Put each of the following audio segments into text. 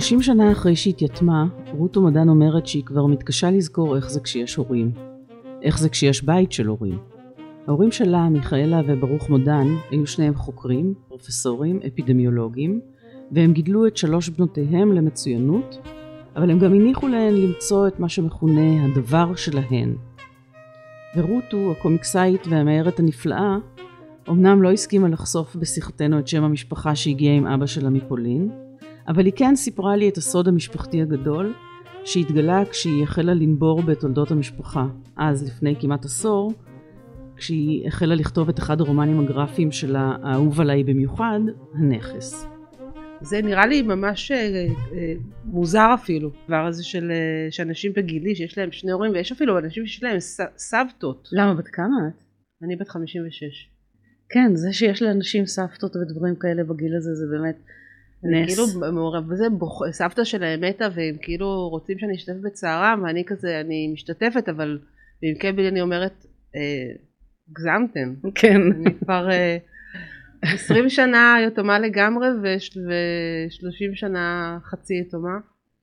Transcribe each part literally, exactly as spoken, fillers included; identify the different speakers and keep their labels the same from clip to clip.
Speaker 1: שלושים שנה אחרי שהתייתמה, רות ומדן אומרת שהיא כבר מתקשה לזכור איך זה כשיש הורים. איך זה כשיש בית של הורים. ההורים שלה, מיכאלה וברוך מודן, היו שניהם חוקרים, פרופסורים, אפידמיולוגים, והם גידלו את שלוש בנותיהם למצוינות, אבל הם גם הניחו להן למצוא את מה שמכונה הדבר שלהן. ורותו, הקומיקסאית והמאיירת הנפלאה, אמנם לא הסכימה לחשוף בשיחתנו את שם המשפחה שהגיעה עם אבא שלה מפולין, אבל היא כן סיפרה לי את הסוד המשפחתי הגדול, שהתגלה כשהיא החלה לנבור בתולדות המשפחה, אז לפני כמעט עשור, כשהיא החלה לכתוב את אחד הרומנים הגרפיים שלה, האהוב עליי במיוחד, הנכס.
Speaker 2: זה נראה לי ממש אה, אה, מוזר אפילו, דבר הזה של אה, שאנשים בגילי שיש להם שני הורים, ויש אפילו אנשים שיש להם ס, סבתות.
Speaker 1: למה? בת כמה את?
Speaker 2: אני בת חמישים ושש.
Speaker 1: כן, זה שיש לאנשים סבתות ודברים כאלה בגיל הזה, זה באמת נס.
Speaker 2: כאילו מעורב בזה, בוח... סבתא שלהם מתה, והם כאילו רוצים שאני אשתתף בצערם, ואני כזה, אני משתתפת, אבל במקום בי אני אומרת, אה, גזמתם.
Speaker 1: כן.
Speaker 2: אני כבר... אה, עשרים שנה יתומה לגמרי ו-שלושים שנה חצי יתומה.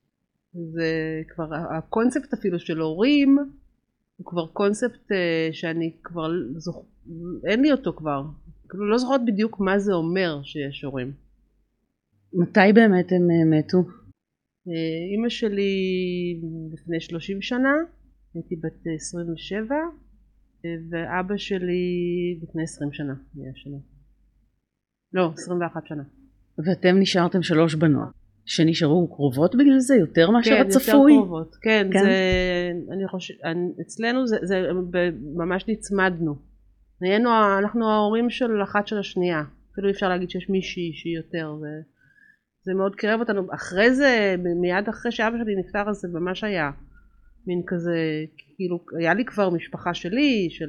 Speaker 2: זה כבר הקונספט אפילו של הורים הוא כבר קונספט שאני כבר זוכ... אין לי אותו כבר, כאילו לא זוכרת בדיוק מה זה אומר שיש הורים.
Speaker 1: מתי באמת הם מתו?
Speaker 2: אמא שלי לפני שלושים שנה, הייתי בת עשרים ושבע, ואבא שלי לפני עשרים שנה היה שנה. לא, עשרים ואחת שנה.
Speaker 1: ואתם נשארתם שלוש בנות, שנשארו קרובות בגלל זה יותר מאשר
Speaker 2: כן,
Speaker 1: הצפוי?
Speaker 2: כן, יותר קרובות. כן, כן. זה, אני חושב, אצלנו זה, זה ממש נצמדנו. נהיינו, אנחנו ההורים של אחת של השנייה. אפילו אפשר להגיד שיש מישהי שהיא יותר. זה, זה מאוד קרב אותנו. אחרי זה, מיד אחרי שאבא שלי נפטר, אז זה ממש היה מין כזה, כאילו, היה לי כבר משפחה שלי, של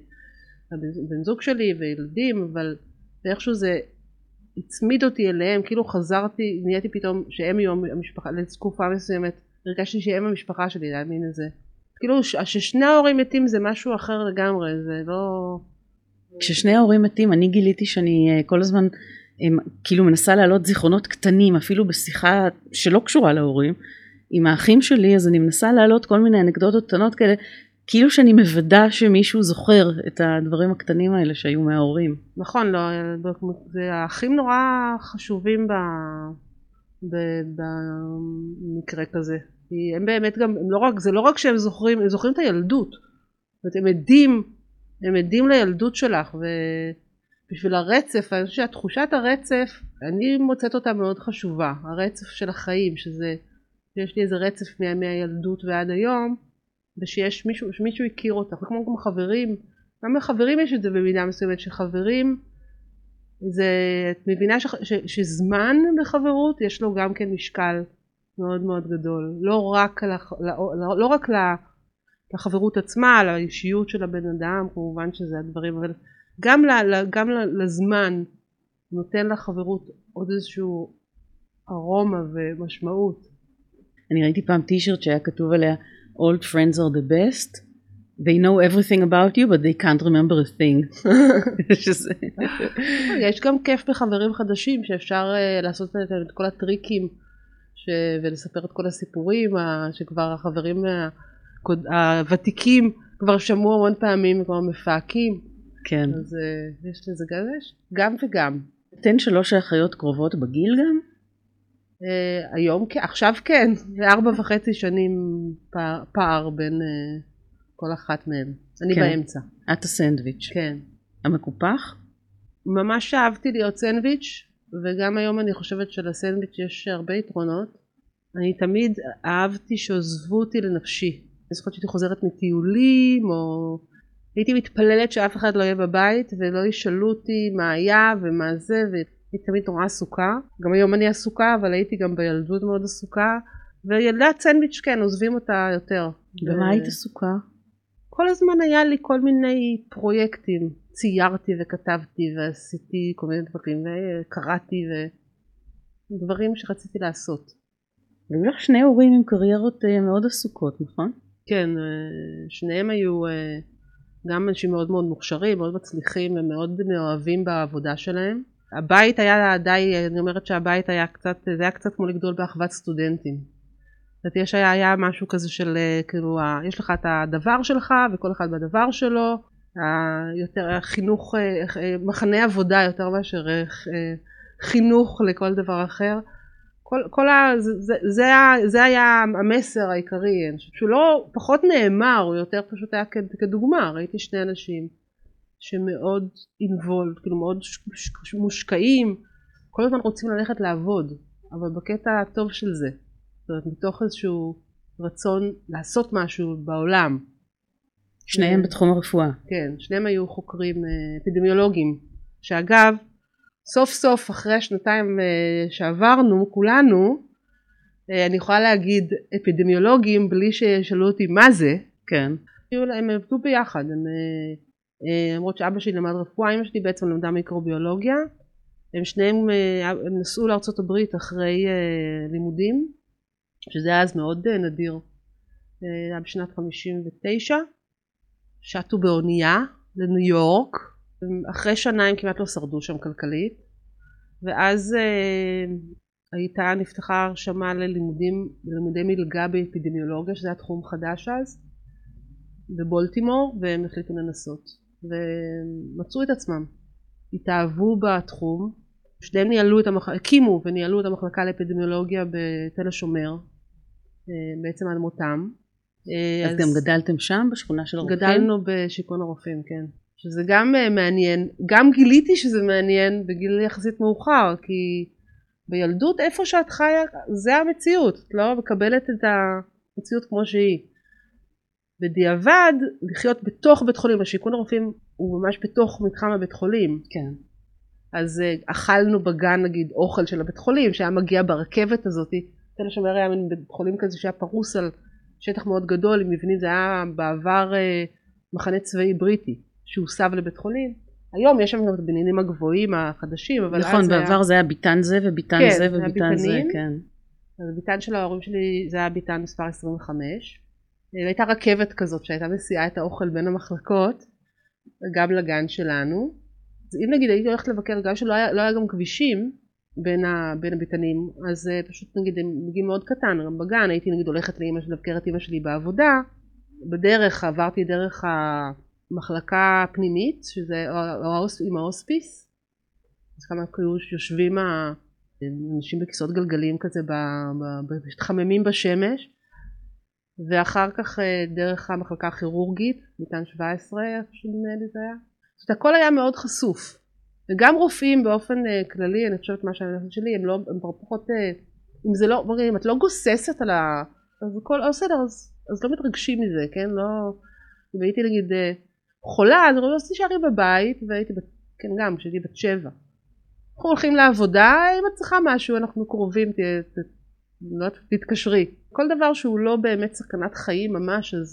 Speaker 2: בן זוג שלי וילדים, אבל ואיכשהו זה הצמיד אותי אליהם, כאילו חזרתי, נהייתי פתאום שהם יהיו המשפחה, לתקופה מסוימת, הרגשתי שהם המשפחה שלי, להאמין את זה. כאילו ששני ההורים מתים זה משהו אחר לגמרי, זה לא...
Speaker 1: כששני ההורים מתים, אני גיליתי שאני כל הזמן כאילו מנסה להעלות זיכרונות קטנים, אפילו בשיחה שלא קשורה להורים, עם האחים שלי, אז אני מנסה להעלות כל מיני אנקדוטות קטנות כאלה, כאילו שאני מוודא שמישהו זוכר את הדברים הקטנים האלה שהיו מההורים.
Speaker 2: נכון, לא, זה האחים נורא חשובים ב, ב, במקרה כזה. הם באמת גם, הם לא רק, זה לא רק שהם זוכרים, הם זוכרים את הילדות. זאת אומרת, הם עדים, הם עדים לילדות שלך, ובשביל הרצף, אני חושבת שהתחושת הרצף, אני מוצאת אותה מאוד חשובה, הרצף של החיים, שזה, שיש לי איזה רצף מה, מהילדות ועד היום, ושיש מישהו, שמישהו הכיר אותך, כמו כמו חברים, גם לחברים יש את זה במידה מסוימת, שחברים, זה, את מבינה ש, ש, שזמן בחברות יש לו גם כן משקל מאוד מאוד גדול, לא רק, לח, לא, לא רק לחברות עצמה, על האישיות של הבן אדם, כמובן שזה הדברים, אבל גם, ל, גם לזמן נותן לחברות עוד איזשהו ארומה ומשמעות.
Speaker 1: אני ראיתי פעם טישרט שהיה כתוב עליה, Old friends are the best. They know everything about you, but they can't remember a thing.
Speaker 2: יש גם כיף בחברים חדשים, שאפשר לעשות את כל הטריקים, ולספר את כל הסיפורים, שכבר החברים הוותיקים כבר שמעו המון פעמים, כבר מפהקים.
Speaker 1: כן.
Speaker 2: אז יש לזה גם וגם.
Speaker 1: אתן שלוש האחיות קרובות בגיל גם?
Speaker 2: Uh, היום, עכשיו כן, ארבע וחצי שנים פער, פער בין uh, כל אחת מהם. אני כן. באמצע.
Speaker 1: את הסנדוויץ'.
Speaker 2: כן.
Speaker 1: המקופח?
Speaker 2: ממש אהבתי להיות סנדוויץ', וגם היום אני חושבת שלסנדוויץ' יש הרבה יתרונות. אני תמיד אהבתי שעוזבו אותי לנפשי. אני זוכרת שהייתי חוזרת מטיולים, או הייתי מתפללת שאף אחד לא יהיה בבית, ולא ישאלו אותי מה היה ומה זה, ו... הייתי תמיד נורא עסוקה, גם היום אני עסוקה, אבל הייתי גם בילדות מאוד עסוקה, וילדת סנדוויץ' כן, עוזבים אותה יותר.
Speaker 1: ומה ו... היית עסוקה?
Speaker 2: כל הזמן היה לי כל מיני פרויקטים, ציירתי וכתבתי ועשיתי כל מיני דברים, וקראתי ודברים שרציתי לעשות.
Speaker 1: והיו לך שני הורים עם קריירות מאוד עסוקות, נכון?
Speaker 2: כן, שניהם היו גם אנשים מאוד מאוד מוכשרים, מאוד מצליחים, ומאוד מאוהבים בעבודה שלהם. הבית היה די, אני אומרת שהבית היה קצת, זה היה קצת כמו לגדול באחוות סטודנטים. זאת אומרת, יש היה, היה משהו כזה של, כאילו, יש לך את הדבר שלך, וכל אחד בדבר שלו, יותר החינוך, מחנה עבודה יותר מאשר חינוך לכל דבר אחר. כל, כל ה, זה, זה, זה, זה היה המסר העיקרי, שהוא לא פחות נאמר, הוא יותר פשוט היה כדוגמה. ראיתי שני אנשים שמאוד involved, כאילו מאוד מושקעים, כל הזמן רוצים ללכת לעבוד, אבל בקטע הטוב של זה. זאת אומרת, מתוך איזשהו רצון לעשות משהו בעולם.
Speaker 1: שניהם בתחום הרפואה.
Speaker 2: כן, שניהם היו חוקרים אפידמיולוגיים, שאגב, סוף סוף אחרי השנתיים שעברנו, כולנו, אני יכולה להגיד אפידמיולוגים בלי שישאלו אותי מה זה.
Speaker 1: כן.
Speaker 2: הם עבדו ביחד, הם, למרות שאבא שלי למד רפואה, אמא שלי בעצם למדה מיקרוביולוגיה, הם שניהם הם נסעו לארצות הברית אחרי לימודים, שזה היה אז מאוד נדיר, היה בשנת חמישים ותשע, שטו באונייה לניו יורק, אחרי שנה הם כמעט לא שרדו שם כלכלית, ואז אה, הייתה נפתחה הרשמה ללימודים, ללימודי מלגה באפידמיולוגיה, שזה היה תחום חדש אז, בבולטימור, והם החליטו לנסות, ומצאו את עצמם, התאהבו בתחום, שניהם ניהלו את המחלקה, הקימו וניהלו את המחלקה לאפידמיולוגיה בתל השומר, אה, בעצם עד מותם.
Speaker 1: אז, אז גם גדלתם שם בשכונה של הרופאים?
Speaker 2: גדלנו בשיכון הרופאים, כן. שזה גם מעניין, גם גיליתי שזה מעניין בגיל יחסית מאוחר, כי בילדות איפה שאת חיה, זה המציאות, את לא מקבלת את המציאות כמו שהיא. בדיעבד, לחיות בתוך בית חולים, השיכון הרופאים הוא ממש בתוך מתחם הבית חולים.
Speaker 1: כן.
Speaker 2: אז אכלנו בגן נגיד אוכל של הבית חולים, שהיה מגיע ברכבת הזאת, תל השומר היה מין בית חולים כזה שהיה פרוס על שטח מאוד גדול, עם מבנים, זה היה בעבר מחנה צבאי בריטי. שהוסב לבית חולים. היום יש שם את הבניינים הגבוהים החדשים, אבל
Speaker 1: נכון,
Speaker 2: אז
Speaker 1: בעבר
Speaker 2: היה...
Speaker 1: זה היה ביטן זה וביטן
Speaker 2: כן,
Speaker 1: זה וביטן זה, כן.
Speaker 2: אז ביטן של ההורים שלי זה היה ביטן מספר עשרים וחמש. הייתה רכבת כזאת שהייתה מסיעה את האוכל בין המחלקות, גם לגן שלנו. אז אם נגיד הייתי הולכת לבקר גן שלא היה, לא היה גם כבישים בין, ה, בין הביטנים, אז פשוט נגיד מגיל מאוד קטן, גם בגן הייתי נגיד הולכת לאמא שלי, לבקר את אמא שלי בעבודה, בדרך עברתי דרך ה... מחלקה פנימית, שזה עם ההוספיס, אז כמה כאילו יושבים אנשים בכיסאות גלגלים כזה, מתחממים בשמש, ואחר כך דרך המחלקה הכירורגית, ביתן שבע עשרה, שנדמה לי זה היה. זאת אומרת, הכל היה מאוד חשוף, וגם רופאים באופן כללי, אני חושבת מה שאני חושבת שלי, הם לא, הם פחות, אם זה לא, אם את לא גוססת על ה... אז הכל, אז בסדר, אז, אז לא מתרגשים מזה, כן? לא, אם הייתי נגיד... חולה, אז אני רציתי שערי בבית, והייתי, בת, כן גם, כשהייתי בת שבע. אנחנו הולכים לעבודה, אם את צריכה משהו, אנחנו קרובים, ת, ת, לא, תתקשרי. כל דבר שהוא לא באמת סכנת חיים ממש, אז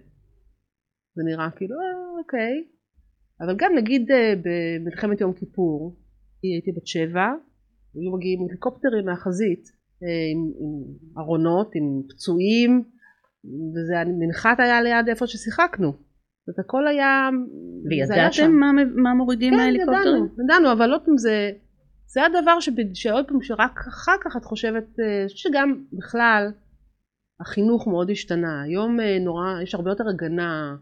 Speaker 2: זה נראה כאילו, אה, אוקיי. אבל גם נגיד במלחמת יום כיפור, הייתי בת שבע, היו מגיעים הליקופטרים מהחזית, עם, עם ארונות, עם פצועים, וזה מנחת היה ליד איפה ששיחקנו. זאת הכל היה...
Speaker 1: וידעתם מה, מה מורידים מההליקופטרים?
Speaker 2: כן, ידענו, ידענו, לא פעם זה, זה הדבר שעוד פעם שרק אחר כך את חושבת, שגם בכלל החינוך מאוד השתנה. היום נורא, יש הרבה יותר הגנה,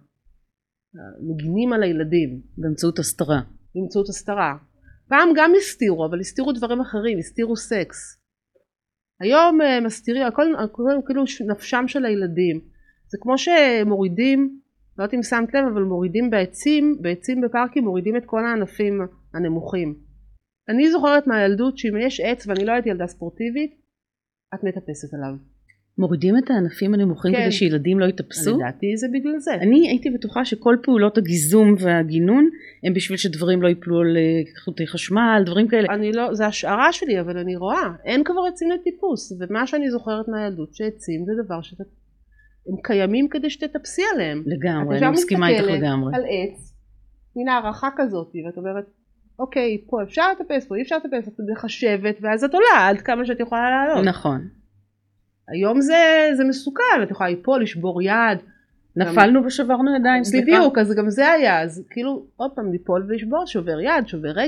Speaker 2: מגינים על הילדים.
Speaker 1: באמצעות הסתרה.
Speaker 2: באמצעות הסתרה. פעם גם הסתירו, אבל הסתירו דברים אחרים, הסתירו סקס. היום מסתירים, הכל, הכל כאילו נפשם של הילדים. זה כמו שמורידים, לא יודעת אם שמת לב, אבל מורידים בעצים, בעצים בפארקים מורידים את כל הענפים הנמוכים. אני זוכרת מהילדות שאם יש עץ ואני לא הייתי ילדה ספורטיבית, את מטפסת עליו.
Speaker 1: מורידים את הענפים הנמוכים כן. כדי שילדים לא יתאפסו?
Speaker 2: אני ידעתי זה בגלל זה.
Speaker 1: אני הייתי בטוחה שכל פעולות הגיזום והגינון הם בשביל שדברים לא ייפלו על חוטי חשמל, דברים כאלה.
Speaker 2: אני לא, זה השערה שלי, אבל אני רואה, אין כבר עצים לטיפוס, ומה שאני זוכרת מהילדות שעצים זה דבר שאתה... הם קיימים כדי שתטפסי עליהם.
Speaker 1: לגמרי, אני מסכימה איתך לגמרי.
Speaker 2: על עץ, מן הערכה כזאת, ואת אומרת, אוקיי, פה אפשר לטפס, פה אי אפשר לטפס, את מחשבת, ואז את עולה עד כמה שאת יכולה לעלות.
Speaker 1: נכון.
Speaker 2: היום זה, זה מסוכן, את יכולה ליפול, לשבור יד.
Speaker 1: נפלנו גם... ושברנו ידיים, סליחה.
Speaker 2: בדיוק, אז גם זה היה, אז כאילו, עוד פעם, ליפול ולשבור, שובר יד, שובר רגל,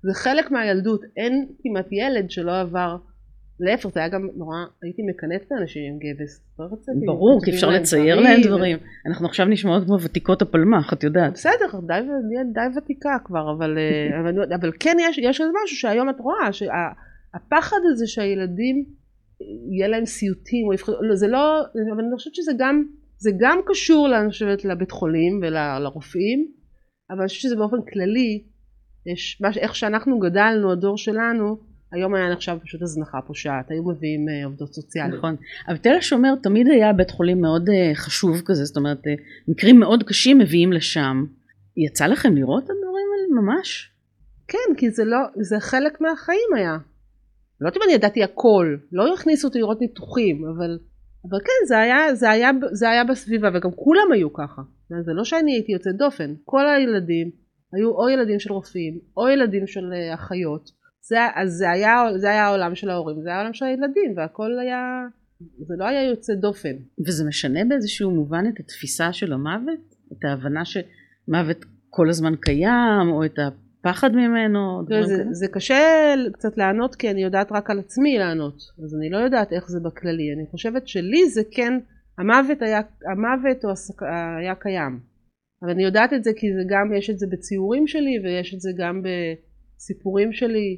Speaker 2: זה חלק מהילדות, אין כמעט ילד שלא עבר, להפך, זה היה גם נורא, הייתי מקנאת באנשים עם גבס.
Speaker 1: ברור, כי אפשר לצייר להם דברים. אנחנו עכשיו נשמעות כמו ותיקות הפלמ"ח, את יודעת.
Speaker 2: בסדר, די ותיקה כבר, אבל כן יש איזה משהו שהיום את רואה, שהפחד הזה שהילדים, יהיה להם סיוטים, זה לא, אבל אני חושבת שזה גם, זה גם קשור, אני חושבת, לבית חולים ולרופאים, אבל אני חושבת שזה באופן כללי, יש, איך שאנחנו גדלנו, הדור שלנו, היום היה נחשב פשוט הזנחה פושעת, היו מביאים עובדות סוציאליות.
Speaker 1: נכון, אבל תל השומר תמיד היה בית חולים מאוד חשוב כזה, זאת אומרת, מקרים מאוד קשים מביאים לשם. יצא לכם לראות את הדברים האלה ממש?
Speaker 2: כן, כי זה לא, זה חלק מהחיים היה. לא יודעת אם אני ידעתי הכל, לא הכניסו אותי לראות ניתוחים, אבל, אבל כן, זה היה, זה היה, זה היה בסביבה, וגם כולם היו ככה. זה לא שאני הייתי יוצאת דופן, כל הילדים היו או ילדים של רופאים, או ילדים של אחיות. זה, אז זה היה, זה היה העולם של ההורים, זה היה העולם של הילדים, והכל היה, זה לא היה יוצא דופן.
Speaker 1: וזה משנה באיזשהו מובן את התפיסה של המוות? את ההבנה שמוות כל הזמן קיים, או את הפחד ממנו?
Speaker 2: זה, זה קשה קצת לענות, כי אני יודעת רק על עצמי לענות, אז אני לא יודעת איך זה בכללי. אני חושבת שלי זה כן, המוות היה, המוות או הסק... היה קיים. אבל אני יודעת את זה כי זה גם, יש את זה בציורים שלי, ויש את זה גם בסיפורים שלי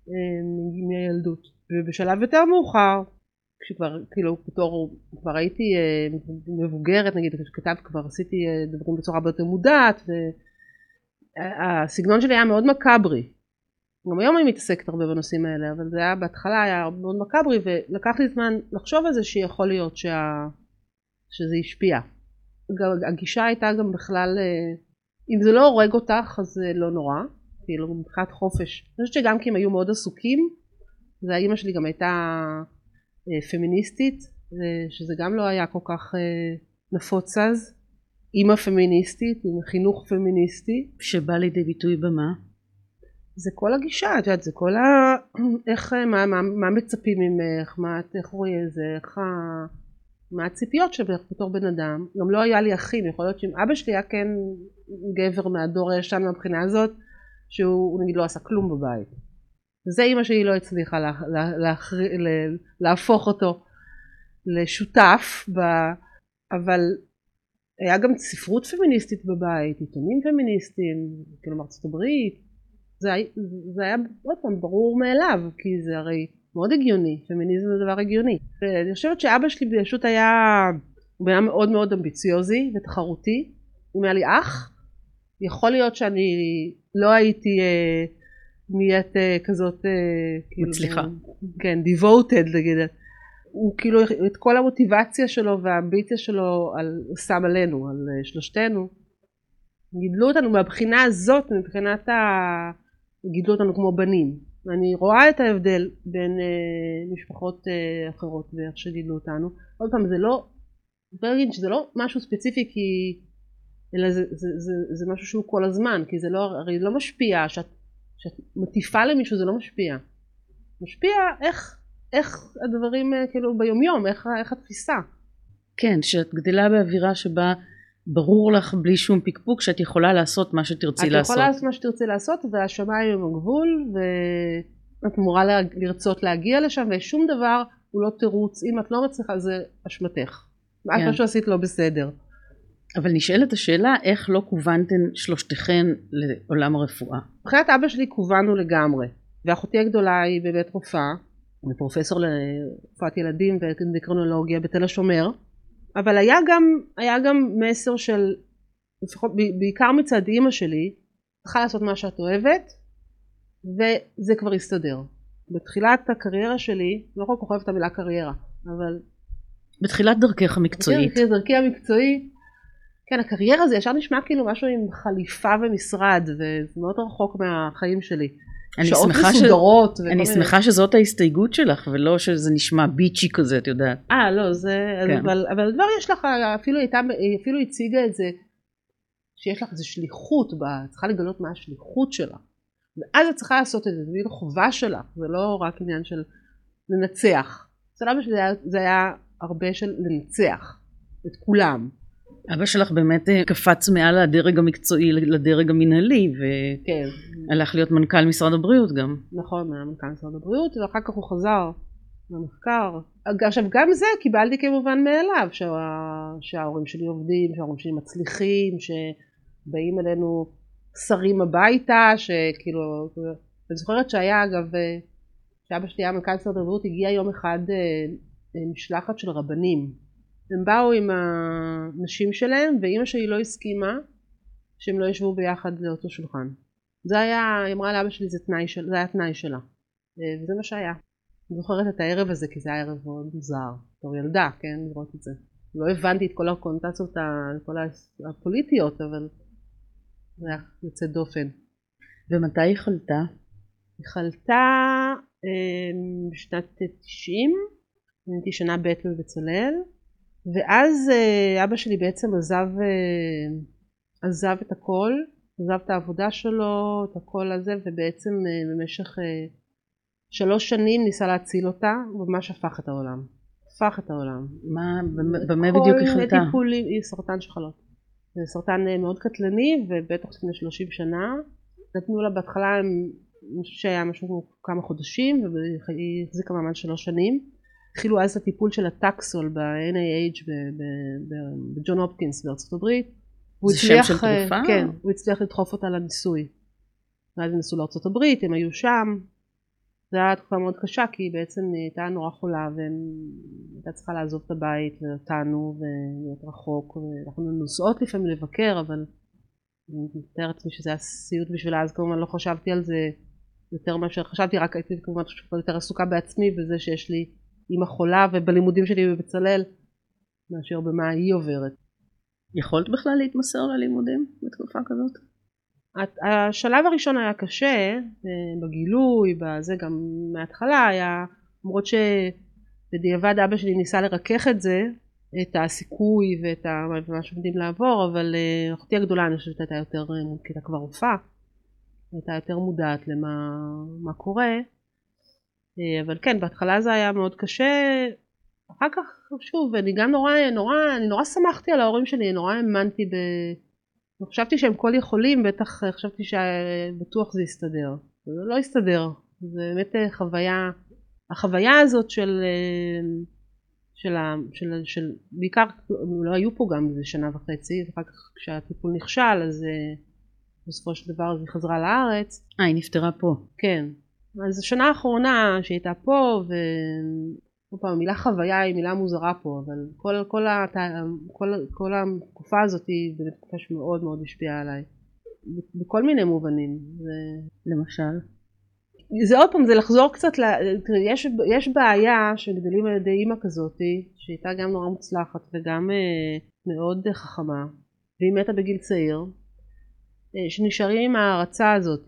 Speaker 2: מילדות. ובשלב יותר מאוחר, כשכבר, כאילו, בתור, כבר הייתי מבוגרת, נגיד, כשכתב, כבר עשיתי דברים בצורה הרבה יותר מודעת, והסגנון שלי היה מאוד מקברי. גם היום אני מתעסקת הרבה בנושאים האלה, אבל זה היה, בהתחלה היה מאוד מקברי, ולקח לי זמן לחשוב על זה שיכול להיות שה... שזה השפיע. הגישה הייתה גם בכלל, אם זה לא הורג אותך, אז זה לא נורא, כאילו, מבחינת חופש. אני חושבת שגם כי הם היו מאוד עסוקים, והאימא שלי גם הייתה פמיניסטית, שזה גם לא היה כל כך נפוץ אז. אימא פמיניסטית, עם חינוך פמיניסטי.
Speaker 1: שבא לידי ביטוי במה?
Speaker 2: זה כל הגישה, את יודעת, זה כל ה... איך, מה, מה, מה מצפים ממך, מה, איך רואה זה, איך ה... מה הציפיות שלך בתור בן אדם. גם לא היה לי אחים, יכול להיות שאם אבא שלי היה כן גבר מהדור הישן מהבחינה הזאת, שהוא נגיד לא עשה כלום בבית. וזה אמא שלי לא הצליחה לה, לה, לה, לה, להפוך אותו לשותף, ב, אבל היה גם ספרות פמיניסטית בבית, עיתונים פמיניסטיים, כאילו מארצות הברית, זה, זה היה עוד פעם ברור מאליו, כי זה הרי מאוד הגיוני, פמיניזם זה דבר הגיוני. ואני חושבת שאבא שלי פשוט היה, הוא היה מאוד מאוד אמביציוזי ותחרותי, אם היה לי אח, יכול להיות שאני לא הייתי אה, נהיית אה, כזאת, אה,
Speaker 1: מצליחה.
Speaker 2: כאילו, כן, devoted, נגיד. הוא כאילו, את כל המוטיבציה שלו והאמביציה שלו על, שם עלינו, על שלושתנו. גידלו אותנו מהבחינה הזאת, מבחינת ה... גידלו אותנו כמו בנים. ואני רואה את ההבדל בין אה, משפחות אה, אחרות ואיך שגידלו אותנו. עוד פעם, זה לא, אני רוצה להגיד שזה לא משהו ספציפי, כי... אלא זה, זה, זה, זה משהו שהוא כל הזמן, כי זה לא, הרי לא משפיע, שאת, שאת מטיפה למישהו זה לא משפיע. משפיע איך, איך הדברים כאילו ביומיום, איך, איך התפיסה.
Speaker 1: כן, שאת גדלה באווירה שבה ברור לך בלי שום פיקפוק שאת יכולה לעשות מה שתרצי
Speaker 2: את
Speaker 1: לעשות.
Speaker 2: את יכולה לעשות מה שתרצי לעשות, והשמיים הם הגבול, ואת אמורה לרצות להגיע לשם, ושום דבר הוא לא תירוץ, אם את לא מצליחה זה אשמתך. כן. מה שעשית לא בסדר.
Speaker 1: אבל נשאלת השאלה איך לא כוונתן שלושתכן לעולם הרפואה.
Speaker 2: מבחינת אבא שלי כוונו לגמרי, ואחותי הגדולה היא בבית רופאה, אני פרופסור לרפואת ילדים ואנדוקרינולוגיה בתל השומר, אבל היה גם, היה גם מסר של, לפחות, בעיקר מצד אמא שלי, צריכה לעשות מה שאת אוהבת, וזה כבר יסתדר. בתחילת הקריירה שלי, לא כל כך אוהבת את המילה קריירה, אבל...
Speaker 1: בתחילת דרכך המקצועית.
Speaker 2: בתחילת דרכי המקצועית, כן, הקריירה זה ישר נשמע כאילו משהו עם חליפה ומשרד, וזה מאוד רחוק מהחיים שלי. שעות מסודרות. ש...
Speaker 1: אני שמחה שזאת ההסתייגות שלך, ולא שזה נשמע ביצ'י כזה, את יודעת.
Speaker 2: אה, לא, זה... כן. אבל, אבל הדבר יש לך, אפילו, הייתה, אפילו הציגה את זה, שיש לך איזו שליחות בה, צריכה לגלות מה השליחות שלה. ואז את צריכה לעשות את זה, זה חובה שלה, זה לא רק עניין של לנצח. סלמה שלי זה היה הרבה של לנצח את כולם.
Speaker 1: אבא שלך באמת קפץ מעל הדרג המקצועי לדרג המנהלי, והלך להיות מנכ"ל משרד הבריאות גם.
Speaker 2: נכון, היה מנכ"ל משרד הבריאות, ואחר כך הוא חזר למחקר. עכשיו גם זה קיבלתי כמובן מאליו, שה... שההורים שלי עובדים, שההורים שלי מצליחים, שבאים אלינו שרים הביתה, שכאילו, אני זוכרת שהיה אגב, שאבא שלי היה מנכ"ל משרד הבריאות, הגיע יום אחד משלחת של רבנים. הם באו עם הנשים שלהם, ואימא שלי לא הסכימה שהם לא ישבו ביחד לאותו שולחן. זה היה, היא אמרה לאבא שלי, זה, תנאי של, זה היה תנאי שלה. וזה מה שהיה. אני זוכרת את הערב הזה, כי זה היה ערב מאוד מוזר. בתור ילדה, כן, לראות את זה. לא הבנתי את כל הקונוטציות, כל הפוליטיות, אבל זה היה יוצא דופן.
Speaker 1: ומתי היא חלתה?
Speaker 2: היא חלתה בשנת תשעים, הייתי שנה ב' בבצלאל, ואז אבא שלי בעצם עזב, עזב את הכל, עזב את העבודה שלו, את הכל הזה, ובעצם במשך שלוש שנים ניסה להציל אותה, וממש הפך את העולם. הפך את העולם.
Speaker 1: מה, במה בדיוק היא חלתה?
Speaker 2: כל טיפולים, היא סרטן שחלות. זה סרטן מאוד קטלני, ובטח לפני שלושים שנה. נתנו לה בהתחלה, שהיה משהו כמו כמה חודשים, והיא החזיקה מעמד שלוש שנים. התחילו אז את הטיפול של הטקסול ב-אן איי אייץ' בג'ון הופקינס בארצות הברית.
Speaker 1: זה שם של תרופה?
Speaker 2: כן, הוא הצליח לדחוף אותה לניסוי. ואז הם נסו לארצות הברית, הם היו שם. זו הייתה תקופה מאוד קשה, כי בעצם הייתה נורא חולה, והייתה צריכה לעזוב את הבית, ואותנו, ולהיות רחוק, ואנחנו נוסעות לפעמים לבקר, אבל אני מתארת לעצמי שזה היה סיוט בשבילה, אז כמובן לא חשבתי על זה יותר מאשר, חשבתי רק הייתי כמובן יותר עסוקה בעצמי, בזה שיש לי אמא חולה, ובלימודים שלי בבצלאל, מאשר במה היא עוברת.
Speaker 1: יכולת בכלל להתמסר ללימודים בתקופה כזאת?
Speaker 2: השלב הראשון היה קשה, בגילוי, בזה גם מההתחלה היה, למרות שבדיעבד אבא שלי ניסה לרכך את זה, את הסיכוי ואת מה שעומדים לעבור, אבל אחותי הגדולה אני חושבת הייתה יותר, כי הייתה כבר רופאה, הייתה יותר מודעת למה מה קורה, אבל כן, בהתחלה זה היה מאוד קשה, אחר כך שוב, אני גם נורא, נורא, אני נורא שמחתי על ההורים שלי, נורא האמנתי ב... חשבתי שהם כל יכולים, בטח חשבתי שבטוח זה יסתדר. זה לא יסתדר. זה באמת חוויה, החוויה הזאת של, של, של, של, בעיקר, לא היו פה גם איזה שנה וחצי, ואחר כך כשהטיפול נכשל, אז בסופו של דבר היא חזרה לארץ.
Speaker 1: אה, היא נפטרה פה.
Speaker 2: כן. אז השנה האחרונה שהייתה פה, ו... פעם, המילה חוויה היא מילה מוזרה פה, אבל כל, כל, הת... כל, כל התקופה הזאת היא באמת תקופה שמאוד מאוד השפיעה עליי. בכל מיני מובנים. ו...
Speaker 1: למשל?
Speaker 2: זה עוד פעם, זה לחזור קצת, ל... יש, יש בעיה שגדלים על ידי אימא כזאת, שהייתה גם נורא מוצלחת וגם אה, מאוד חכמה, והיא מתה בגיל צעיר, אה, שנשארים עם ההרצה הזאת,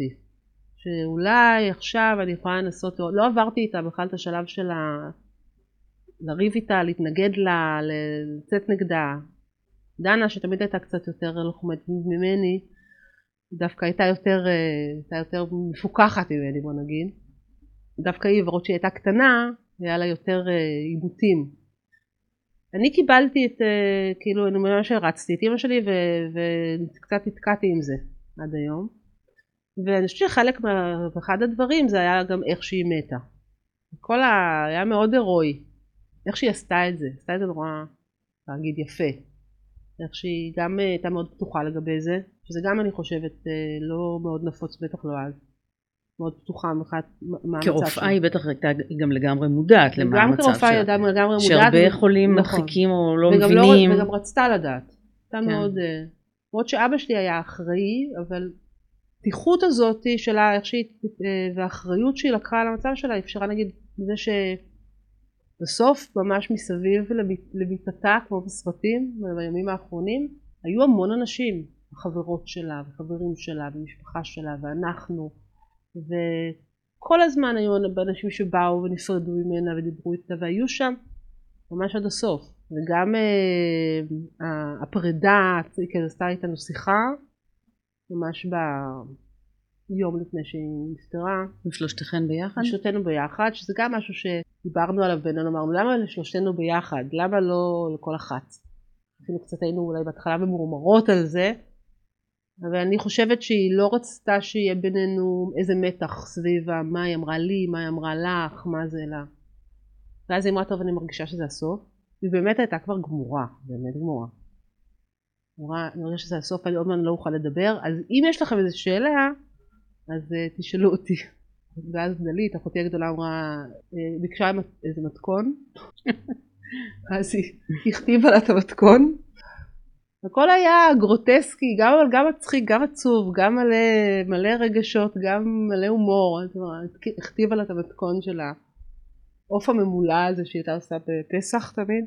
Speaker 2: שאולי עכשיו אני יכולה לנסות, לא עברתי איתה בכלל את השלב של ה... לריב איתה, להתנגד לה, לצאת נגדה. דנה שתמיד הייתה קצת יותר לוחמת ממני, דווקא הייתה יותר, הייתה יותר מפוקחת ממני, בוא נגיד. דווקא היא, למרות שהיא הייתה קטנה, היה לה יותר עיבותים. אני קיבלתי את, כאילו, אני ממש הרצתי את אמא שלי, וקצת התקעתי עם זה עד היום. ואני חושבת שחלק מאחד הדברים, זה היה גם איך שהיא מתה. כל ה... היה מאוד הירואי. איך שהיא עשתה את זה, עשתה את זה נורא, להגיד, יפה. איך שהיא גם הייתה מאוד פתוחה לגבי זה, שזה גם אני חושבת לא מאוד נפוץ, בטח לא אז. מאוד פתוחה מבחינת מה המצב שלה.
Speaker 1: כרופאה היא בטח הייתה גם לגמרי מודעת למה המצב שלה.
Speaker 2: גם כרופאה היא הייתה לגמרי מודעת.
Speaker 1: שהרבה חולים מדחיקים או לא מבינים.
Speaker 2: וגם רצתה לדעת. הייתה מאוד, למרות שאבא שלי היה אחראי, אבל פתיחות הזאת שלה, איך שהיא, והאחריות שהיא לקחה על המצב שלה, אפשרה נגיד בזה ש... בסוף ממש מסביב לביטתה כמו בסרטים בימים האחרונים היו המון אנשים, החברות שלה וחברים שלה ומשפחה שלה ואנחנו, וכל הזמן היו אנשים שבאו ונפרדו ממנה ודיברו איתה והיו שם ממש עד הסוף. וגם אה, הפרידה, היא עשתה איתנו שיחה ממש ב... יום לפני שהיא נפטרה.
Speaker 1: עם שלושתכן ביחד?
Speaker 2: שלושתנו ביחד, שזה גם משהו שדיברנו עליו בינינו, אמרנו, למה לשלושתנו ביחד? למה לא לכל אחת? אפילו קצת היינו אולי בהתחלה ממורמרות על זה, אבל אני חושבת שהיא לא רצתה שיהיה בינינו איזה מתח סביב מה היא אמרה לי, מה היא אמרה לך, מה זה לה. ואז היא אמרה, טוב, אני מרגישה שזה הסוף. היא באמת הייתה כבר גמורה, באמת גמורה. אמרה, אני מרגישה שזה הסוף, אני עוד מעט לא אוכל לדבר, אז אם יש לכם איזו שאלה, אז uh, תשאלו אותי. ואז דלית, אחותי הגדולה אמרה, ביקשה איזה מתכון, אז היא הכתיבה לה את המתכון. הכל היה גרוטסקי, גם, גם מצחיק, גם עצוב, גם מלא, מלא רגשות, גם מלא הומור. הכתיבה לה את המתכון של העוף הממולא הזה שהיא הייתה עושה בפסח תמיד,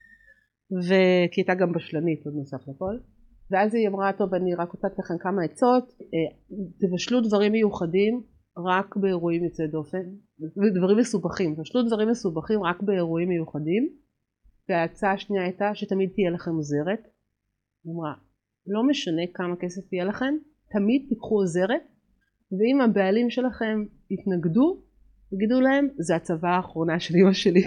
Speaker 2: וכי הייתה גם בשלנית עוד נוסף לכל. ואז היא אמרה, טוב, אני רק רוצה לתת לכם כמה עצות, תבשלו דברים מיוחדים רק באירועים יוצאי דופן, דברים מסובכים, תבשלו דברים מסובכים רק באירועים מיוחדים, וההצעה השנייה הייתה שתמיד תהיה לכם עוזרת. היא אמרה, לא משנה כמה כסף יהיה לכם, תמיד תיקחו עוזרת, ואם הבעלים שלכם יתנגדו, תגידו להם, זה הצבא האחרונה של אמא שלי.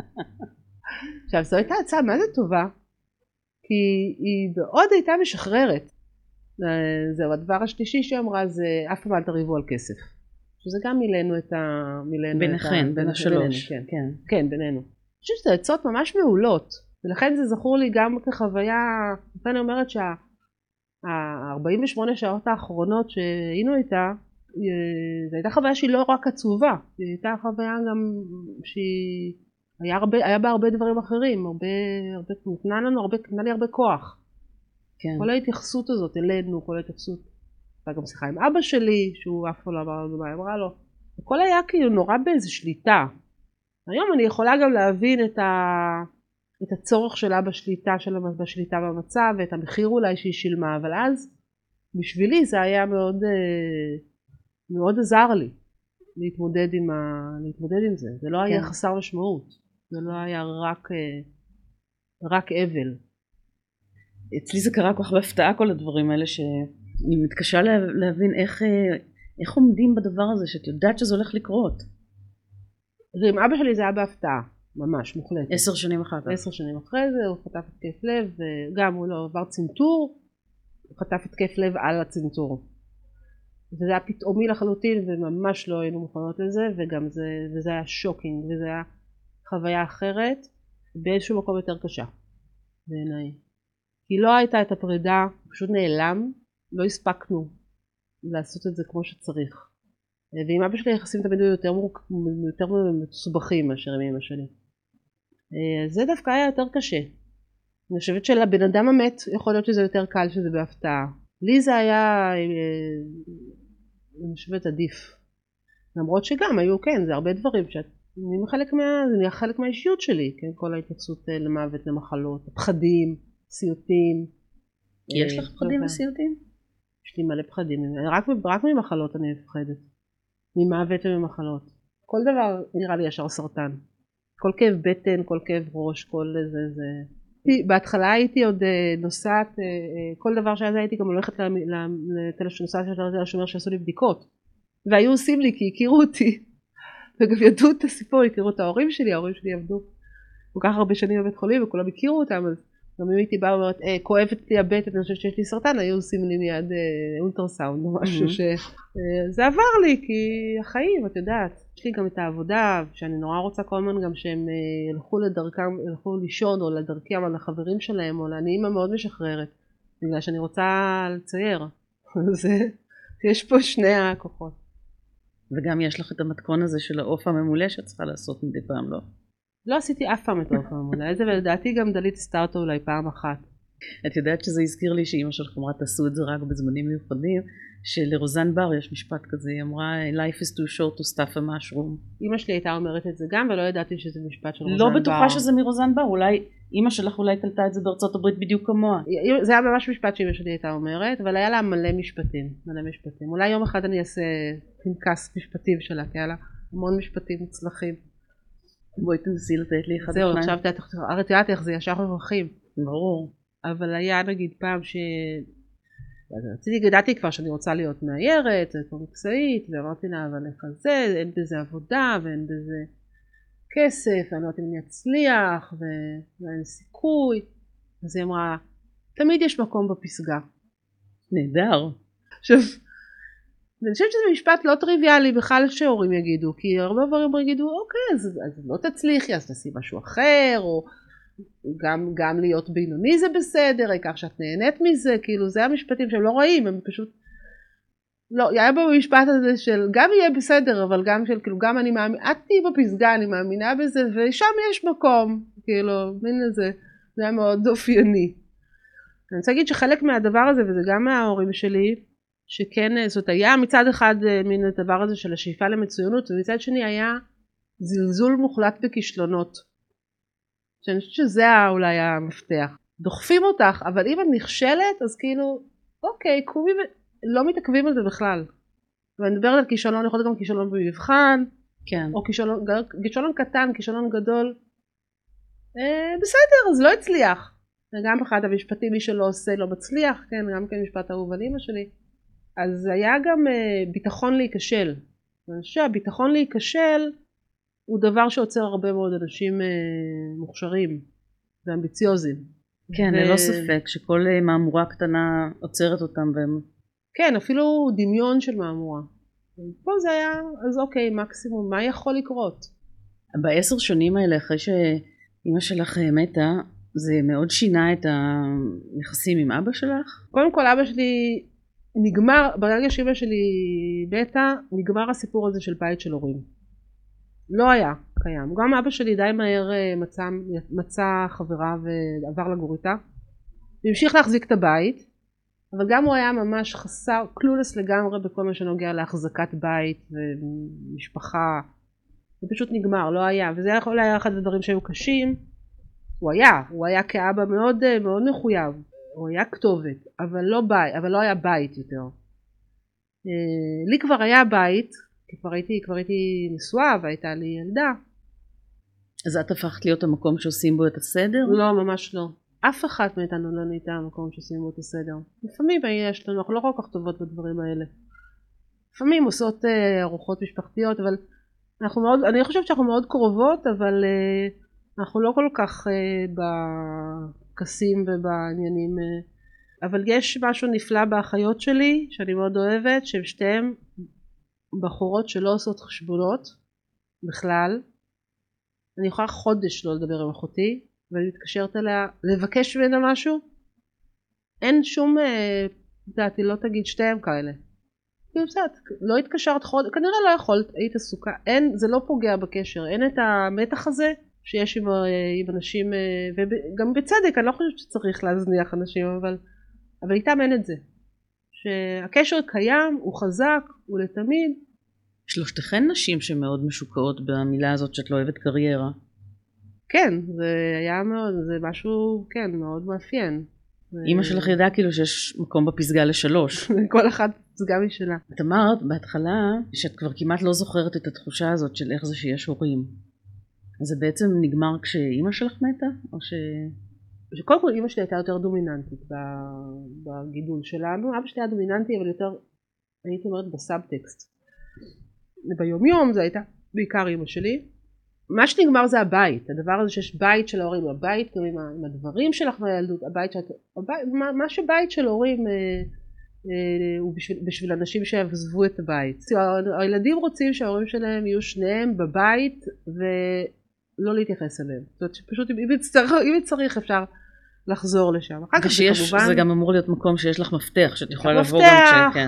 Speaker 2: עכשיו, זו הייתה הצעה מה זה טובה, כי היא מאוד הייתה משחררת. זהו, הדבר השלישי שהיא אמרה זה, אף פעם אל תריבו על כסף. שזה גם מילאנו את ה...
Speaker 1: ביניכן, בין השלוש.
Speaker 2: כן, כן, כן, בינינו. אני חושבת שזה עצות ממש מעולות, ולכן זה זכור לי גם כחוויה, אני אומרת שה-ארבעים ושמונה שעות האחרונות שהיינו איתה, זו הייתה חוויה שהיא לא רק עצובה, היא הייתה חוויה גם שהיא... היה, הרבה, היה בה הרבה דברים אחרים, הרבה, הרבה, נתנה לנו הרבה, נתנה לי הרבה כוח.
Speaker 1: כן.
Speaker 2: כל ההתייחסות הזאת אלינו, כל ההתייחסות, הייתה גם שיחה עם אבא שלי, שהוא אף פעם לא אמר לנו מה היא אמרה לו. הכל היה כאילו נורא באיזו שליטה. היום אני יכולה גם להבין את, ה, את הצורך שלה בשליטה, שלה בשליטה במצב, ואת המחיר אולי שהיא שילמה, אבל אז בשבילי זה היה מאוד, מאוד עזר לי להתמודד עם, ה, להתמודד עם זה. זה לא היה חסר משמעות. זה לא היה רק, רק אבל.
Speaker 1: אצלי זה קרה כל כך בהפתעה כל הדברים האלה, שאני מתקשה להבין איך, איך עומדים בדבר הזה, שאת יודעת שזה הולך לקרות.
Speaker 2: עם אבא שלי זה היה בהפתעה, ממש מוחלטת.
Speaker 1: עשר שנים אחר כך.
Speaker 2: עשר שנים אחרי זה, הוא חטף התקף לב, וגם הוא לא עבר צנתור, הוא חטף התקף לב על הצנתור. וזה היה פתאומי לחלוטין, וממש לא היינו מוכנות לזה, וגם זה, וזה היה שוקינג, וזה היה חוויה אחרת, באיזשהו מקום יותר קשה, בעיניי. כי לא הייתה את הפרידה, פשוט נעלם, לא הספקנו לעשות את זה כמו שצריך. ועם אבא שלי יחסים תמיד היו יותר, יותר מסובכים מאשר עם אמא שלי. זה דווקא היה יותר קשה. אני חושבת שלבן אדם המת יכול להיות שזה יותר קל שזה בהפתעה. לי זה היה, אני חושבת, עדיף. למרות שגם היו, כן, זה הרבה דברים שאת, אני חלק מה, זה נהיה חלק מהאישיות שלי, כן, כל ההתייחסות למוות, למחלות, פחדים, סיוטים.
Speaker 1: יש לך פחדים וסיוטים?
Speaker 2: יש לי מלא פחדים, רק, רק ממחלות אני מפחדת. ממוות וממחלות. כל דבר נראה לי ישר סרטן. כל כאב בטן, כל כאב ראש, כל זה, זה. בהתחלה הייתי עוד נוסעת, כל דבר שאז הייתי גם הולכת לתל השומר, לתל השומר שעשו לי בדיקות. והיו עושים לי כי הכירו אותי. וגם ידעו את הסיפור, הכירו את ההורים שלי, ההורים שלי עבדו כל כך הרבה שנים בבית חולים וכולם הכירו אותם, אז גם אם הייתי באה ואומרת, כואבת לי הבטן, אני חושבת שיש לי סרטן, היו עושים לי מיד אולטרסאונד או משהו שזה עבר לי, כי החיים, את יודעת, יש לי גם את העבודה, שאני נורא רוצה כל הזמן גם שהם ילכו לדרכם, ילכו לישון או לדרכם על החברים שלהם, או אני אימא מאוד משחררת, בגלל שאני רוצה לצייר, אז יש פה שני הכוחות.
Speaker 1: וגם יש לך את המתכון הזה של העוף הממולא שאת צריכה לעשות מדי פעם, לא?
Speaker 2: לא עשיתי אף פעם את העוף הממולא, איזה ולדעתי גם דלית עשתה אותו אולי פעם אחת.
Speaker 1: את יודעת שזה הזכיר לי שאמא שלך אמרה תעשו את זה רק בזמנים מיוחדים, שלרוזן בר יש משפט כזה, היא אמרה life is too short to stuff a mushroom.
Speaker 2: אמא שלי הייתה אומרת את זה גם, ולא ידעתי שזה משפט של רוזן
Speaker 1: לא
Speaker 2: בר.
Speaker 1: לא בטוחה שזה מרוזן בר, אולי אמא שלך אולי קלטה את זה בארצות הברית בדיוק כמוה.
Speaker 2: זה היה ממש משפט שאמא שלי הייתה אומרת, אבל היה לה מלא משפטים, מלא משפטים. אולי יום אחד אני אעשה פנקס משפטים שלה, כי היה לה המון משפטים מוצלחים.
Speaker 1: בואי תנסי לתת לי אחד.
Speaker 2: זהו, עכשיו את יודעת איך זה ישר הולכים.
Speaker 1: ברור.
Speaker 2: אבל היה נגיד פעם ש... רציתי, ידעתי כבר שאני רוצה להיות מאיירת, קומיקסאית, ואמרתי לה, אבל איך זה, אין בזה עבודה, ואין בזה כסף, ואני אמרתי, אני אצליח, ואין סיכוי. אז היא אמרה, תמיד יש מקום בפסגה.
Speaker 1: נהדר.
Speaker 2: עכשיו, אני חושבת שזה משפט לא טריוויאלי בכלל שהורים יגידו, כי הרבה הורים יגידו, אוקיי, אז, אז לא תצליחי, אז תעשי משהו אחר, או גם, גם להיות בינוני זה בסדר, העיקר שאת נהנית מזה, כאילו זה המשפטים שהם לא רואים, הם פשוט, לא, היה במשפט הזה של, גם יהיה בסדר, אבל גם של, כאילו, גם אני מאמינה, את תהיי בפסגה, אני מאמינה בזה, ושם יש מקום, כאילו, מין לזה, זה היה מאוד אופייני. אני רוצה להגיד שחלק מהדבר הזה, וזה גם מההורים שלי, שכן, זאת היה מצד אחד מן הדבר הזה של השאיפה למצוינות, ומצד שני היה זלזול מוחלט בכישלונות. שאני חושבת שזה אולי המפתח. דוחפים אותך, אבל אם את נכשלת, אז כאילו, אוקיי, קומי, לא מתעכבים על זה בכלל. ואני מדברת על כישלון, יכול להיות גם כישלון במבחן,
Speaker 1: כן.
Speaker 2: או כישלון, כישלון קטן, כישלון גדול. אה, בסדר, אז לא הצליח. וגם אחד המשפטים, מי שלא עושה לא מצליח, כן, גם כן משפט אהוב על אמא שלי. אז היה גם uh, ביטחון להיכשל. אני חושב שהביטחון להיכשל הוא דבר שעוצר הרבה מאוד אנשים uh, מוכשרים ואמביציוזים.
Speaker 1: כן,
Speaker 2: ו...
Speaker 1: ללא ספק שכל מהמורה קטנה עוצרת אותם. והם...
Speaker 2: כן, אפילו דמיון של מהמורה. פה זה היה, אז אוקיי, מקסימום, מה יכול לקרות?
Speaker 1: בעשר שנים האלה, אחרי שאמא שלך מתה, זה מאוד שינה את היחסים עם אבא שלך?
Speaker 2: קודם כל, אבא שלי... נגמר, ברגע שאמא שלי מתה, נגמר הסיפור הזה של בית של הורים. לא היה קיים. גם אבא שלי די מהר מצא, מצא חברה ועבר לגור איתה. והמשיך להחזיק את הבית, אבל גם הוא היה ממש חסר, קלולס לגמרי בכל מה שנוגע להחזקת בית ומשפחה. זה פשוט נגמר, לא היה. וזה יכול היה אחד הדברים שהיו קשים. הוא היה, הוא היה כאבא מאוד, מאוד מחויב. הוא היה כתובת, אבל לא בית, אבל לא היה בית יותר. לי כבר היה בית, כי כבר הייתי, כבר הייתי נשואה והייתה לי ילדה.
Speaker 1: אז את הפכת להיות המקום שעושים בו את הסדר?
Speaker 2: לא, ממש לא. אף אחת מאיתנו לא נהייתה המקום שעושים בו את הסדר. לפעמים יש לנו, אנחנו לא כל כך טובות בדברים האלה. לפעמים עושות ארוחות משפחתיות, אבל אנחנו מאוד, אני חושבת שאנחנו מאוד קרובות, אבל אנחנו לא כל כך ב... קסים ובעניינים, אבל יש משהו נפלא באחיות שלי שאני מאוד אוהבת, שהן שתיהן בחורות שלא עושות חשבונות בכלל. אני יכולה חודש לא לדבר עם אחותי ואני מתקשרת אליה לבקש ממנה משהו, אין שום, דעתי לא תגיד שתיהן כאלה, לא התקשרת חודש, כנראה לא יכולת, היית עסוקה, אין, זה לא פוגע בקשר, אין את המתח הזה שיש עם, עם אנשים, וגם בצדק, אני לא חושבת שצריך להזניח אנשים, אבל, אבל איתם אין את זה. שהקשר קיים, הוא חזק, הוא לתמיד.
Speaker 1: שלושתכן נשים שמאוד משוקעות במילה הזאת שאת לא אוהבת קריירה.
Speaker 2: כן, זה היה מאוד, זה משהו, כן, מאוד מאפיין.
Speaker 1: אמא שלך ידעה כאילו שיש מקום בפסגה לשלוש.
Speaker 2: כל אחת פסגה משלה.
Speaker 1: את אמרת בהתחלה שאת כבר כמעט לא זוכרת את התחושה הזאת של איך זה שיש הורים. אז זה בעצם נגמר כשאמא שלך מתה? או ש...
Speaker 2: שקודם כל אמא שלי הייתה יותר דומיננטית בגידול שלנו. אבא שלי היה דומיננטי, אבל יותר, הייתי אומרת, בסאבטקסט. ביום יום זה הייתה בעיקר אמא שלי. מה שנגמר זה הבית. הדבר הזה שיש בית של ההורים, הבית גם עם הדברים שלך והילדות, הבית שאת... הבית, מה, מה שבית של הורים אה, אה, הוא בשביל, בשביל אנשים שעזבו את הבית. הילדים רוצים שההורים שלהם יהיו שניהם בבית ו... לא להתייחס אליהם. זאת אומרת שפשוט אם צריך, אם צריך אפשר לחזור לשם. אחר כך זה כמובן...
Speaker 1: זה גם אמור להיות מקום שיש לך מפתח, שאת יכולה לבוא גם כש... כן.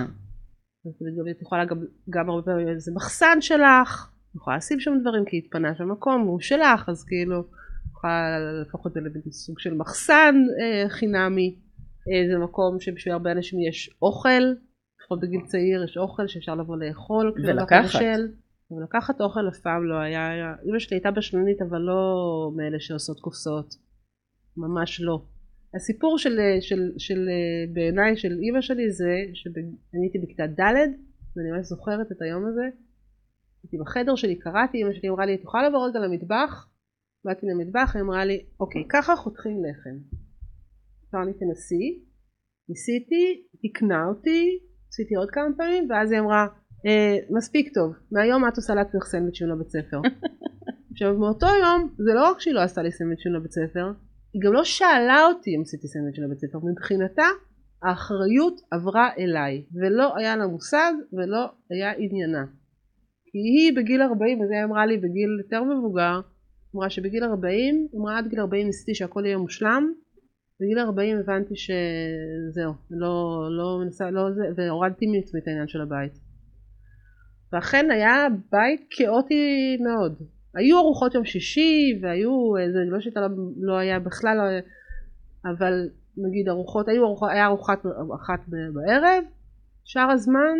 Speaker 2: את יכולה גם, גם הרבה פעמים איזה מחסן שלך, את יכולה לשים שם דברים כי התפנה שם מקום, הוא שלך, אז כאילו יכולה להפוך את זה לסוג של מחסן אה, חינמי. אה, זה מקום שבשביל הרבה אנשים יש אוכל, לפחות בגיל צעיר יש אוכל שאפשר לבוא לאכול.
Speaker 1: ולקחת.
Speaker 2: אבל לקחת אוכל אף פעם לא היה, אמא שלי הייתה בשננית אבל לא מאלה שעושות קופסאות, ממש לא. הסיפור של, של, של בעיניי של אמא שלי זה שאני הייתי בכיתה ד' ואני ממש זוכרת את היום הזה, הייתי בחדר שלי, קראתי, אמא שלי אמרה לי, את יכולה לבוא רגע למטבח? באתי למטבח, היא אמרה לי, אוקיי, ככה חותכים לחם. אמרה לי, תנסי, ניסיתי, תקנה אותי, עשיתי עוד כמה פעמים, ואז היא אמרה, אה, מספיק טוב, מהיום את עושה לעצמך סנדוויצ'ים לבית ספר. עכשיו, מאותו יום, זה לא רק שהיא לא עשתה לי סנדוויצ'ים לבית ספר, היא גם לא שאלה אותי אם עשיתי סנדוויץ' לבית ספר, מבחינתה האחריות עברה אליי, ולא היה לה מושג ולא היה עניינה. כי היא בגיל ארבעים, וזה אמרה לי בגיל יותר מבוגר, אמרה שבגיל ארבעים, אמרה עד גיל ארבעים ניסיתי שהכל יהיה מושלם, בגיל ארבעים הבנתי שזהו, לא, לא מנסה, לא זה, והורדתי מעצמי את העניין של הבית. ואכן היה בית כאוטי מאוד. היו ארוחות יום שישי, והיו, זה לא שאתה לא, לא היה בכלל, לא, אבל נגיד ארוחות, היו ארוחות, היה ארוחת אחת בערב, שאר הזמן,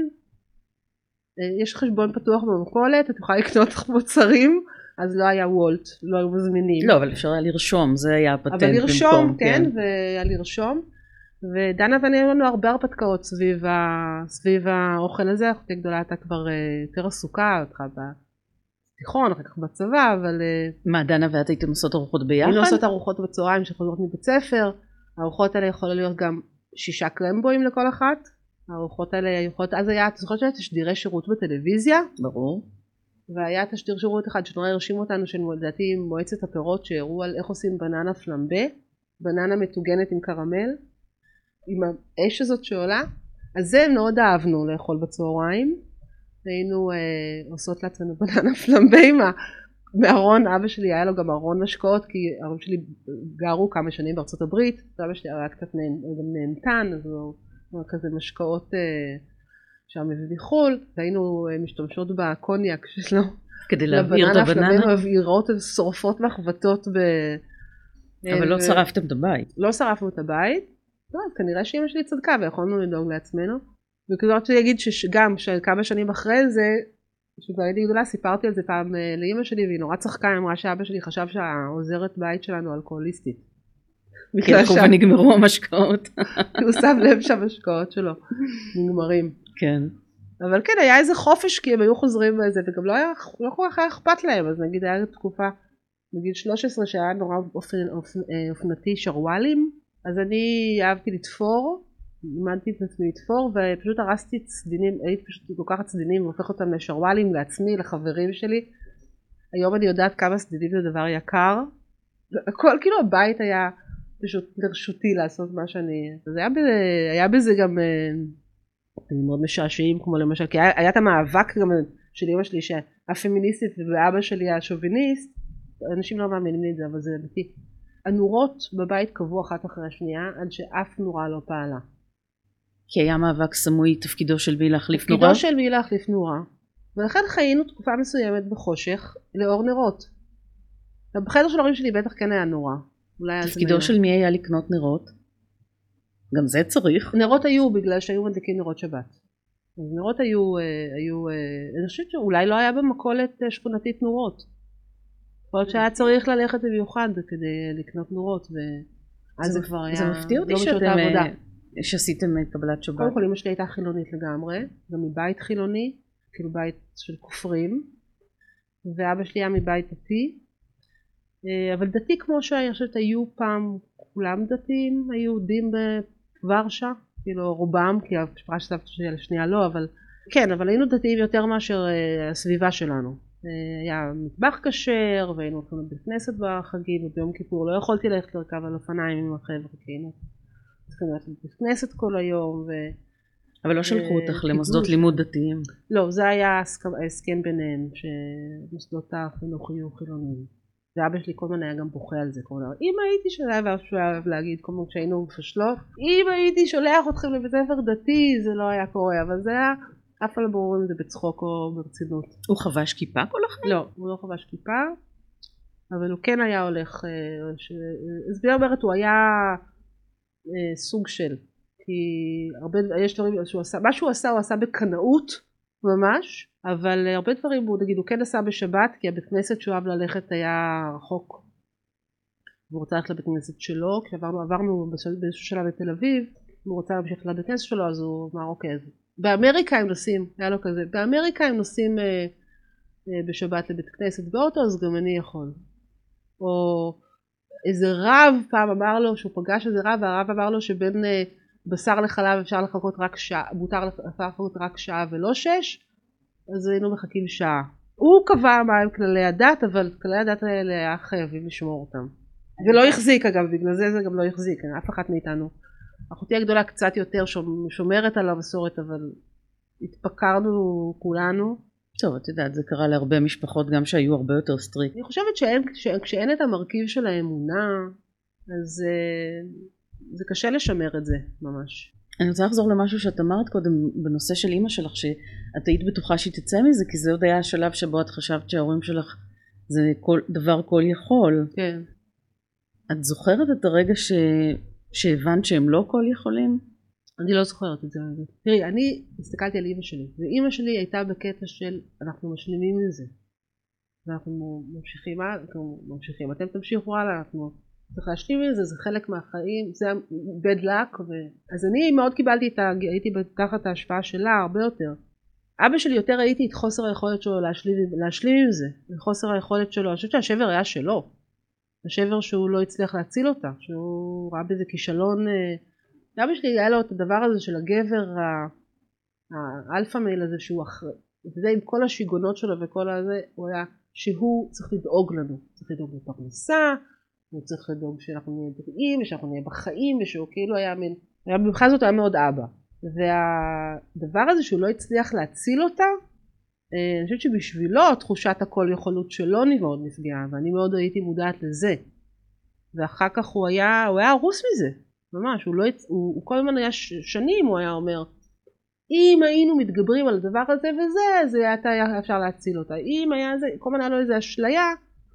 Speaker 2: יש חשבון פתוח במכולת, את יכולה לקנות מוצרים, אז לא היה וולט, לא היו מזמינים.
Speaker 1: לא, אבל אפשר היה לרשום, זה היה הפטנט
Speaker 2: במקום. אבל לרשום,
Speaker 1: במקום,
Speaker 2: כן, כן, והיה לרשום. ודנה ואני היו לנו הרבה הרפתקאות סביב, ה... סביב האוכל הזה, אחותי גדולה הייתה כבר יותר עסוקה, אותך בתיכון, אחר כך בצבא, אבל...
Speaker 1: מה, דנה ואת הייתם עושות ארוחות ביחד?
Speaker 2: היינו עושות ארוחות בצהריים שחוזרות מבית ספר, הארוחות האלה יכולה להיות גם שישה קרמבויים לכל אחת, הארוחות האלה יכולות, אז היה, את זוכרת שהייתה תשדירי שירות בטלוויזיה?
Speaker 1: ברור.
Speaker 2: והיה תשדיר שירות אחד שנורא הרשים אותנו, שלדעתי מועצת הפירות, שהראו על איך עושים בננה פלמבה, בננה מטוגנת עם קרמל, עם האש הזאת שעולה, אז זה מאוד אהבנו לאכול בצהריים, היינו אה, עושות לעצמנו בננה פלמבה עם מארון, אבא שלי היה לו גם ארון משקאות, כי ההורים שלי גרו כמה שנים בארצות הברית, ואבא שלי היה קצת נהנתן, אז הוא היה כזה משקאות אה, שם מביא חול, והיינו אה, משתמשות בקוניאק שלו,
Speaker 1: כדי להבעיר את הבננה?
Speaker 2: מבעירות שורפות מחבטות ב...
Speaker 1: אבל לא שרפתם את הבית.
Speaker 2: לא שרפנו את הבית, לא, אז כנראה שאמא שלי צדקה ויכולנו לדאוג לעצמנו, וכבר רציתי להגיד שגם כמה שנים אחרי זה, שכבר הייתי גדולה, סיפרתי על זה פעם לאמא שלי, והיא נורא צחקה, היא אמרה שאבא שלי חשב שהעוזרת בית שלנו אלכוהוליסטית.
Speaker 1: כי אנחנו ונגמרו המשקאות.
Speaker 2: הוא שם לב שהמשקאות שלו נגמרים.
Speaker 1: כן.
Speaker 2: אבל כן, היה איזה חופש, כי הם היו חוזרים בזה, וגם לא היה, לא כל כך היה אכפת להם, אז נגיד היה תקופה, נגיד שלוש עשרה שהיה נורא אופנ, אופנ, אופנתי שרוואלים, אז אני אהבתי לתפור, לימדתי את עצמי לתפור, ופשוט הרסתי צדינים, הייתי פשוט לוקחת צדינים, והופך אותם לשרוואלים, לעצמי, לחברים שלי. היום אני יודעת כמה צדינים זה דבר יקר, הכל, כאילו הבית היה פשוט לרשותי לעשות מה שאני, אז היה בזה, היה בזה גם מאוד משעשעים, כמו למשל, כי היה, היה את המאבק גם של אמא שלי, שהפמיניסטית ואבא שלי השוביניסט, אנשים לא מאמינים לי את זה, אבל זה אמיתי. הנורות בבית קבעו אחת אחרי השנייה, עד שאף נורה לא פעלה.
Speaker 1: כי היה מאבק סמוי, תפקידו של מי להחליף נורה?
Speaker 2: תפקידו של מי להחליף נורה. ולכן חיינו תקופה מסוימת בחושך, לאור נרות. בחדר של ההורים שלי בטח כן היה נורה.
Speaker 1: תפקידו של מי היה לקנות נרות? גם זה צריך.
Speaker 2: נרות היו בגלל שהיו מדליקים נרות שבת. אז נרות היו, היו, אני חושבת שאולי לא היה במכולת שכונתית נורות. יכול להיות שהיה צריך ללכת במיוחד כדי לקנות נורות, ואז זה כבר היה...
Speaker 1: זה מפתיע אותי שאתם... שעשיתם קבלת שבת.
Speaker 2: קודם כל אמא שלי הייתה חילונית לגמרי, גם מבית חילוני, כאילו בית של כופרים, ואבא שלי היה מבית דתי, אבל דתי כמו שאני חושבת היו פעם כולם דתיים, היו יהודים בוורשה, כאילו רובם, כי המשפחה של סבתא שלי השנייה לא, אבל כן, אבל היינו דתיים יותר מאשר הסביבה שלנו. היה מטבח כשר, והיינו הולכים לבית כנסת בחגים, וביום כיפור לא יכולתי ללכת לרכב על אופניים עם החבר'ה, כאילו. אז בית כנסת כל היום, ו...
Speaker 1: אבל לא שלחו אותך למוסדות לימוד דתיים?
Speaker 2: לא, זה היה הסכם ביניהם, שמוסדות החינוך יהיו חילוניים. ואבא שלי כל הזמן היה גם בוכה על זה, כל הזמן, אם הייתי שולח, שהוא אהב להגיד, כל הזמן כשהיינו מפשלות, אם הייתי שולח אתכם לבית ספר דתי, זה לא היה קורה, אבל זה היה, אף פעם לא ברור אם זה בצחוק או ברצינות.
Speaker 1: הוא חבש כיפה כל החיים?
Speaker 2: לא, הוא לא חבש כיפה, אבל הוא כן היה הולך, אז בי אומרת, הוא היה סוג של, כי הרבה, יש דברים שהוא עשה, מה שהוא עשה, הוא עשה בקנאות, ממש, אבל הרבה דברים, הוא נגיד, הוא כן עשה בשבת, כי הבית כנסת שהוא אהב ללכת היה רחוק, והוא רוצה ללכת לבית כנסת שלו, כשעברנו, עברנו באיזשהו שלב בתל אביב, הוא רוצה להמשיך לבית כנסת שלו, אז הוא אמר, אוקיי, אז באמריקה הם נוסעים, היה לו כזה, באמריקה הם נוסעים אה, אה, בשבת לבית כנסת באוטו, אז גם אני יכול. או איזה רב פעם אמר לו, שהוא פגש איזה רב, והרב אמר לו שבין אה, בשר לחלב אפשר לחכות רק שעה, מותר לחכות רק שעה ולא שש, אז היינו מחכים שעה. הוא קבע מה הם כללי הדת, אבל כללי הדת האלה היה חייבים לשמור אותם. זה לא החזיק אגב, בגלל זה זה גם לא החזיק, אף אחת מאיתנו. אחותי הגדולה קצת יותר שומרת על המסורת, אבל התפקרנו כולנו.
Speaker 1: טוב, את יודעת, זה קרה להרבה משפחות גם שהיו הרבה יותר סטריק.
Speaker 2: אני חושבת שכשאין את המרכיב של האמונה, אז זה קשה לשמר את זה ממש.
Speaker 1: אני רוצה לחזור למשהו שאת אמרת קודם בנושא של אמא שלך, שאת היית בטוחה שהיא תצא מזה, כי זה עוד היה השלב שבו את חשבת שההורים שלך זה כל, דבר כל יכול.
Speaker 2: כן.
Speaker 1: את זוכרת את הרגע ש... שהבנת שהם לא כל יכולים?
Speaker 2: אני לא זוכרת את זה. תראי, אני הסתכלתי על אמא שלי, ואמא שלי הייתה בקטע של אנחנו משלימים עם זה. ואנחנו ממשיכים, אנחנו ממשיכים, אתם תמשיכו הלאה, אנחנו צריך להשלים עם זה, זה חלק מהחיים, זה bad luck. ו... אז אני מאוד קיבלתי את ה... הייתי תחת ההשפעה שלה הרבה יותר. אבא שלי יותר ראיתי את חוסר היכולת שלו להשלים, להשלים עם זה, חוסר היכולת שלו, אני חושבת שהשבר היה שלו. השבר שהוא לא הצליח להציל אותה, שהוא ראה בזה כישלון. אבא שלי היה לו את הדבר הזה של הגבר, האלפא מייל הזה שהוא אחרי, וזה עם כל השיגונות שלו וכל הזה, הוא היה שהוא צריך לדאוג לנו, צריך לדאוג לפרנסה, הוא צריך לדאוג שאנחנו נהיה בריאים, ושאנחנו נהיה בחיים, ושהוא כאילו היה מין, במבחן זאת היה מאוד אבא. והדבר הזה שהוא לא הצליח להציל אותה, אני חושבת שבשבילו תחושת הכל יכולות שלו מאוד נפגעה, ואני מאוד הייתי מודעת לזה. ואחר כך הוא היה, הוא היה הרוס מזה, ממש, הוא, לא, הוא, הוא כל הזמן היה שנים, הוא היה אומר, אם היינו מתגברים על הדבר הזה וזה, זה היה אפשר להציל אותה. אם היה זה, כל הזמן היה לו איזו אשליה,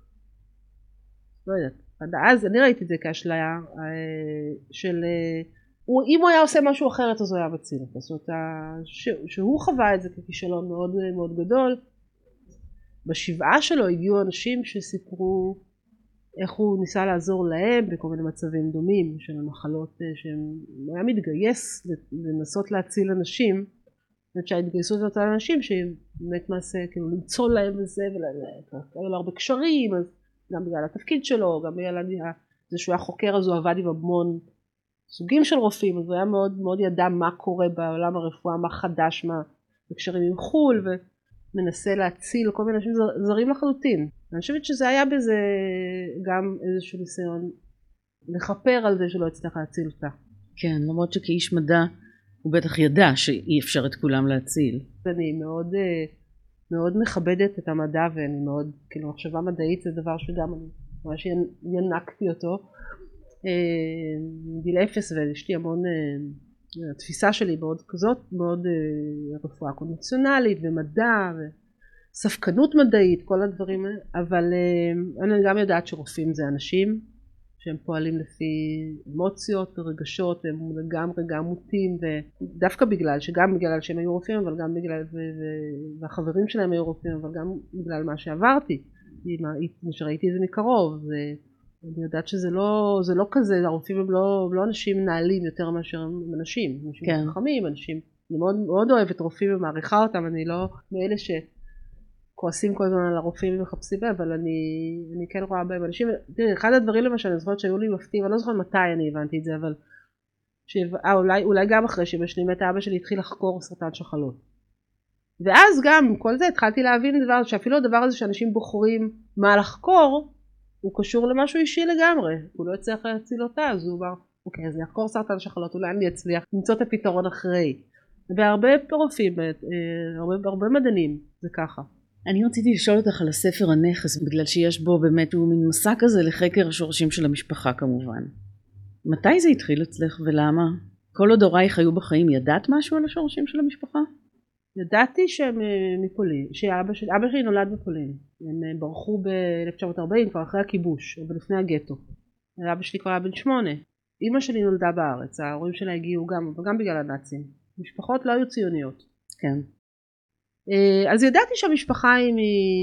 Speaker 2: לא יודעת, עד אז אני ראיתי את זה כאשליה של... אם הוא היה עושה משהו אחרת אז הוא היה מציל אותה, זאת אומרת שהוא חווה את זה ככישלון מאוד מאוד גדול. בשבעה שלו הגיעו אנשים שסיפרו איך הוא ניסה לעזור להם בכל מיני מצבים דומים של המחלות, שהוא היה מתגייס לנסות להציל אנשים, שההתגייסות לאותם אנשים שבאמת מעשה כאילו למצוא להם וזה, והיו לו הרבה קשרים, אז גם בגלל התפקיד שלו, גם בגלל זה שהוא היה חוקר, אז הוא עבד עם המון סוגים של רופאים, אז הוא היה מאוד מאוד ידע מה קורה בעולם הרפואה, מה חדש, מה בקשרים עם חול, ומנסה להציל כל מיני אנשים זרים לחלוטין. אני חושבת שזה היה בזה גם איזשהו ניסיון לחפר על זה שלא הצליח להציל אותה.
Speaker 1: כן, למרות שכאיש מדע הוא בטח ידע שאי אפשר את כולם להציל.
Speaker 2: אני מאוד מאוד מכבדת את המדע, ואני מאוד, כאילו, מחשבה מדעית זה דבר שגם אני ממש ינקתי אותו. גיל אפס, ויש לי המון, התפיסה שלי מאוד כזאת, מאוד רפואה קונבנציונלית ומדע וספקנות מדעית, כל הדברים האלה, אבל אני גם יודעת שרופאים זה אנשים שהם פועלים לפי אמוציות ורגשות, והם לגמרי גם מוטים, ודווקא בגלל, שגם בגלל שהם היו רופאים, אבל גם בגלל, והחברים שלהם היו רופאים, אבל גם בגלל מה שעברתי, שראיתי את זה מקרוב, אני יודעת שזה לא, זה לא כזה, הרופאים הם לא, הם לא אנשים נעלים יותר מאשר אנשים, אנשים כן. חכמים, אנשים, אני מאוד, מאוד אוהבת רופאים ומעריכה אותם, אני לא מאלה שכועסים כל הזמן על הרופאים ומחפשים בהם, אבל אני, אני כן רואה בהם אנשים, תראי, אחד הדברים למשל, אני זוכרת שהיו לי מפתיעים, אני לא זוכרת מתי אני הבנתי את זה, אבל, אה, אולי, אולי גם אחרי שבשני מת האבא שלי התחיל לחקור סרטן שחלות. ואז גם, כל זה התחלתי להבין דבר, שאפילו הדבר הזה שאנשים בוחרים מה לחקור, הוא קשור למשהו אישי לגמרי, הוא לא יצליח להציל אותה, אז הוא אומר, אוקיי, אז יחקור סרטן שחלות, אולי אני אצליח למצוא את הפתרון אחרי. והרבה רופאים, הרבה, הרבה מדענים, זה ככה.
Speaker 1: אני רציתי לשאול אותך על הספר הנכס, בגלל שיש בו באמת, הוא מין מסע כזה לחקר השורשים של המשפחה כמובן. מתי זה התחיל אצלך ולמה? כל עוד הורייך היו בחיים, ידעת משהו על השורשים של המשפחה?
Speaker 2: ידעתי שהם מפולין, שאבא שלי, אבא שלי נולד בפולין. הם ברחו ב-אלף תשע מאות ארבעים, כבר אחרי הכיבוש, אבל לפני הגטו. אבא שלי כבר היה בן שמונה. אמא שלי נולדה בארץ, ההורים שלה הגיעו גם, וגם בגלל הנאצים. משפחות לא היו ציוניות.
Speaker 1: כן.
Speaker 2: אז ידעתי שהמשפחה היא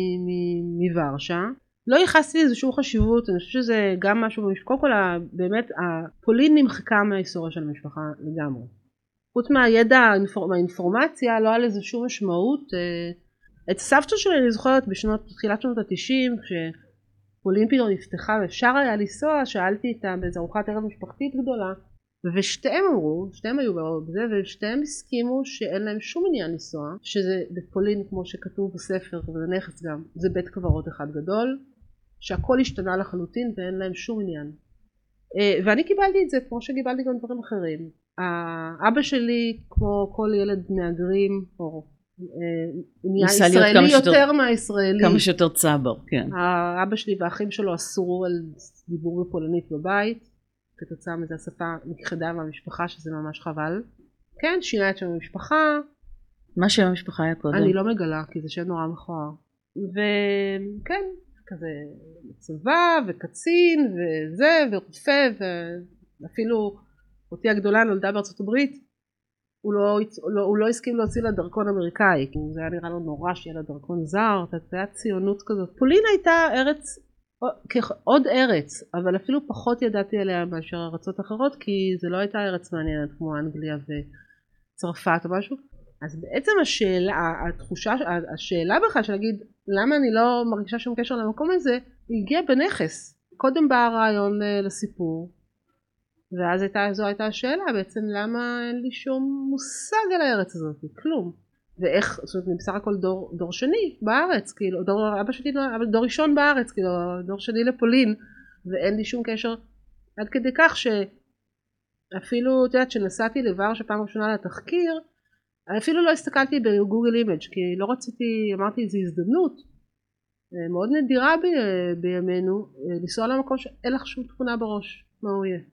Speaker 2: מוורשה. לא ייחסתי איזושהי חשיבות, אני חושבת שזה גם משהו במשפחה. קודם כל, באמת, הפולין נמחקה מההיסטוריה של המשפחה לגמרי. חוץ מהידע, מהאינפורמציה, לא היה לזה שום משמעות. את סבתא שלי אני זוכרת בשנות, תחילת שנות התשעים, כשפולין פתאום נפתחה ואפשר היה לנסוע, שאלתי איתה באיזו ארוחת ערב משפחתית גדולה, ושתיהם אמרו, שתיהם היו בזה, ושתיהם הסכימו שאין להם שום עניין לנסוע, שזה בפולין כמו שכתוב בספר, וזה נכס גם, זה בית קברות אחד גדול, שהכל השתנה לחלוטין ואין להם שום עניין. ואני קיבלתי את זה כמו שקיבלתי גם דברים אחרים. האבא שלי כמו כל ילד מהגרים או נהיה ישראלי יותר מהישראלי.
Speaker 1: כמה שיותר צבר, כן.
Speaker 2: האבא שלי והאחים שלו אסרו על דיבור בפולנית בבית, כתוצאה מזה השפה נכחדה מהמשפחה שזה ממש חבל. כן, שינה את שם המשפחה.
Speaker 1: מה שם המשפחה היה קודם?
Speaker 2: אני לא מגלה כי זה שם נורא מכוער. וכן, כזה צבא וקצין וזה ורופא, ואפילו אותי הגדולה נולדה בארצות הברית, הוא לא, הוא לא, הוא לא הסכים להוציא לה דרכון אמריקאי, כי זה היה נראה לו נורא שיהיה לה דרכון זר, זה היה ציונות כזאת. פולין הייתה ארץ, עוד ארץ, אבל אפילו פחות ידעתי עליה מאשר ארצות אחרות, כי זה לא הייתה ארץ מעניינת כמו אנגליה וצרפת או משהו. אז בעצם השאלה, התחושה, השאלה בכלל של להגיד למה אני לא מרגישה שום קשר למקום הזה, היא הגיעה בנכס. קודם בא הרעיון לסיפור, ואז הייתה, זו הייתה השאלה בעצם למה אין לי שום מושג על הארץ הזאת, כלום. ואיך, זאת אומרת, אני בסך הכל דור, דור שני בארץ, כאילו, דור, אבא שלי, דור ראשון בארץ, כאילו, דור שני לפולין, ואין לי שום קשר, עד כדי כך שאפילו, את יודעת, שנסעתי לוורשה פעם ראשונה לתחקיר, אפילו לא הסתכלתי בגוגל אימג' כי לא רציתי, אמרתי, זו הזדמנות מאוד נדירה ב, בימינו, לנסוע למקום שאין לך שום תמונה בראש, מה הוא יהיה.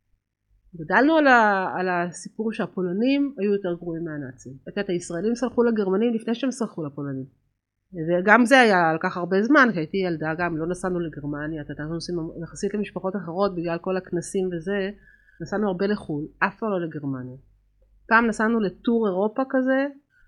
Speaker 2: גדלנו על, ה, על הסיפור שהפולנים היו יותר גרועים מהנאצים. את יודעת, הישראלים סלחו לגרמנים לפני שהם סלחו לפולנים. וגם זה היה לקח הרבה זמן, כי הייתי ילדה גם, לא נסענו לגרמניה, את יודעת, אנחנו נוסעים יחסית למשפחות אחרות בגלל כל הכנסים וזה, נסענו הרבה לחו"ל, אף פעם לא לגרמניה. פעם נסענו לטור אירופה כזה,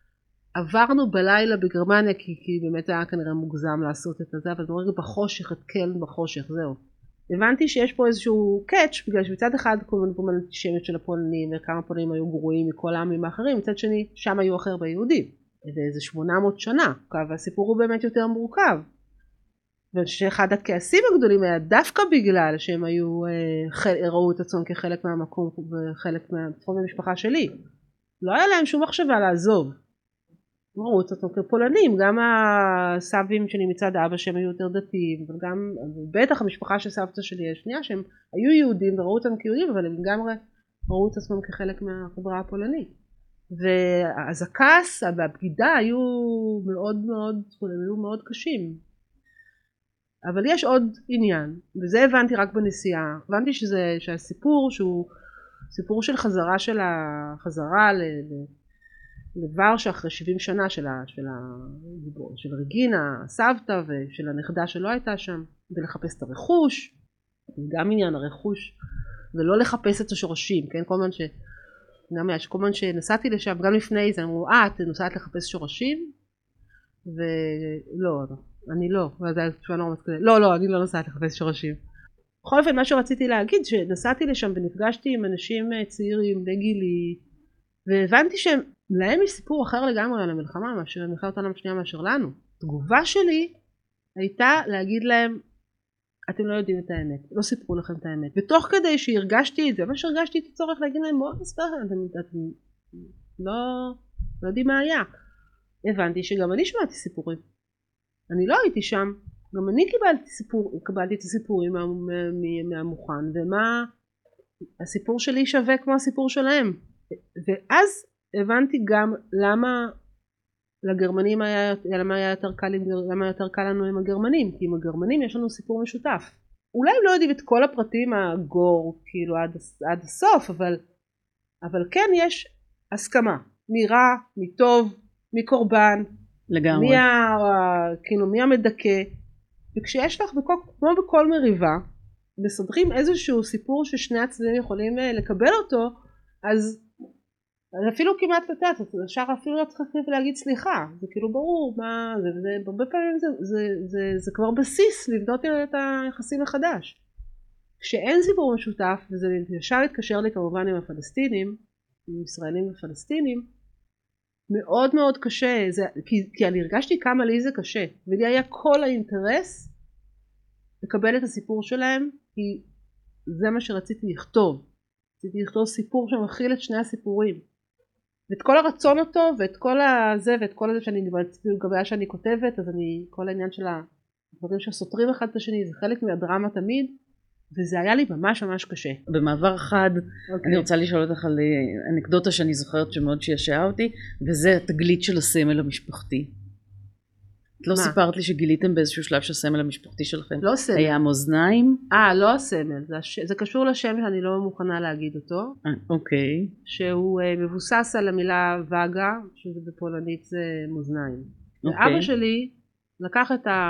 Speaker 2: עברנו בלילה בגרמניה, כי, כי באמת היה כנראה מוגזם לעשות את זה, אבל נורא בחושך, את קלן בחושך, זהו. הבנתי שיש פה איזשהו קאץ', בגלל שמצד אחד כל מיני אנטישמיות של הפולנים, וכמה פולנים היו גרועים מכל העמים האחרים, מצד שני, שם היו אחר ביהודים. ואיזה שמונה מאות שנה, והסיפור הוא באמת יותר מורכב. ושאחד הכעסים הגדולים היה דווקא בגלל שהם היו, ראו את עצמם כחלק מהמקום וחלק מהמשפחה שלי. לא היה להם שום מחשבה לעזוב. ראו את עצמם כפולנים, גם הסבים שלי מצד אבא שהם היו יותר דתיים, וגם בטח המשפחה של סבתא שלי השנייה שהם היו יהודים וראו אותם כיהודים, אבל הם גם ראו את עצמם כחלק מהחברה הפולנית. ואז הכעס והבגידה היו מאוד מאוד, היו מאוד קשים. אבל יש עוד עניין, וזה הבנתי רק בנסיעה. הבנתי שזה, שהסיפור שהוא סיפור של חזרה של החזרה ל, ל, לוורשה אחרי שבעים שנה של, ה, של, ה, של רגינה, הסבתא ושל הנכדה שלא הייתה שם, ולחפש את הרכוש, גם עניין הרכוש, ולא לחפש את השורשים, כן? כל הזמן ש... גם היה, כל הזמן שנסעתי לשם, גם לפני זה, אמרו, אה, את נוסעת לחפש שורשים? ולא, אני לא, לא, לא, אני לא נוסעת לחפש שורשים. בכל אופן, מה שרציתי להגיד, שנסעתי לשם ונפגשתי עם אנשים צעירים בגילי, והבנתי שלהם יש סיפור אחר לגמרי על המלחמה, מאשר מלחמת העולם השנייה מאשר לנו. התגובה שלי הייתה להגיד להם, אתם לא יודעים את האמת, לא סיפרו לכם את האמת. ותוך כדי שהרגשתי את זה, מה שהרגשתי את הצורך להגיד להם, בואו נספר, אתם, אתם לא, לא יודעים מה היה. הבנתי שגם אני שמעתי סיפורים. אני לא הייתי שם, גם אני קיבלתי סיפור, קיבלתי את הסיפורים מה, מהמוכן, ומה הסיפור שלי שווה כמו הסיפור שלהם. ואז הבנתי גם למה לגרמנים היה, למה היה יותר קל, למה יותר קל לנו עם הגרמנים, כי עם הגרמנים יש לנו סיפור משותף. אולי הם לא יודעים את כל הפרטים הגור, כאילו עד, עד הסוף, אבל, אבל כן יש הסכמה, מרע, מטוב, מקורבן,
Speaker 1: לגמרי.
Speaker 2: מי, ה, כאילו, מי המדכא, וכשיש לך בכל, כמו בכל מריבה, מסדרים איזשהו סיפור ששני הצדדים יכולים לקבל אותו, אז אפילו כמעט פתעת, אפשר אפילו לא צריך להגיד סליחה, זה כאילו ברור, מה, זה, זה, הרבה פעמים זה, זה, זה, זה כבר בסיס לבנות את היחסים מחדש. כשאין סיפור משותף, וזה ישר התקשר לי כמובן עם הפלסטינים, עם ישראלים ופלסטינים, מאוד מאוד קשה, זה, כי, כי אני הרגשתי כמה לי זה קשה, ולי היה כל האינטרס לקבל את הסיפור שלהם, כי זה מה שרציתי לכתוב. רציתי לכתוב סיפור שמכיל את שני הסיפורים. ואת כל הרצון הטוב, ואת כל הזה, ואת כל הזה שאני, לגבי שאני כותבת, אז אני, כל העניין של דברים שסותרים אחד את השני, זה חלק מהדרמה תמיד, וזה היה לי ממש ממש קשה.
Speaker 1: במעבר חד, okay. אני רוצה לשאול אותך על אנקדוטה שאני זוכרת שמאוד שישעה אותי, וזה התגלית של הסמל המשפחתי. את לא מה? סיפרת לי שגיליתם באיזשהו שלב שהסמל המשפחתי שלכם
Speaker 2: לא סמל.
Speaker 1: היה מאזניים?
Speaker 2: אה, לא הסמל, זה, הש... זה קשור לשם שאני לא מוכנה להגיד אותו.
Speaker 1: אוקיי. Okay.
Speaker 2: שהוא uh, מבוסס על המילה וגה, שזה בפולנית זה מאזניים. Okay. ואבא שלי לקח את ה...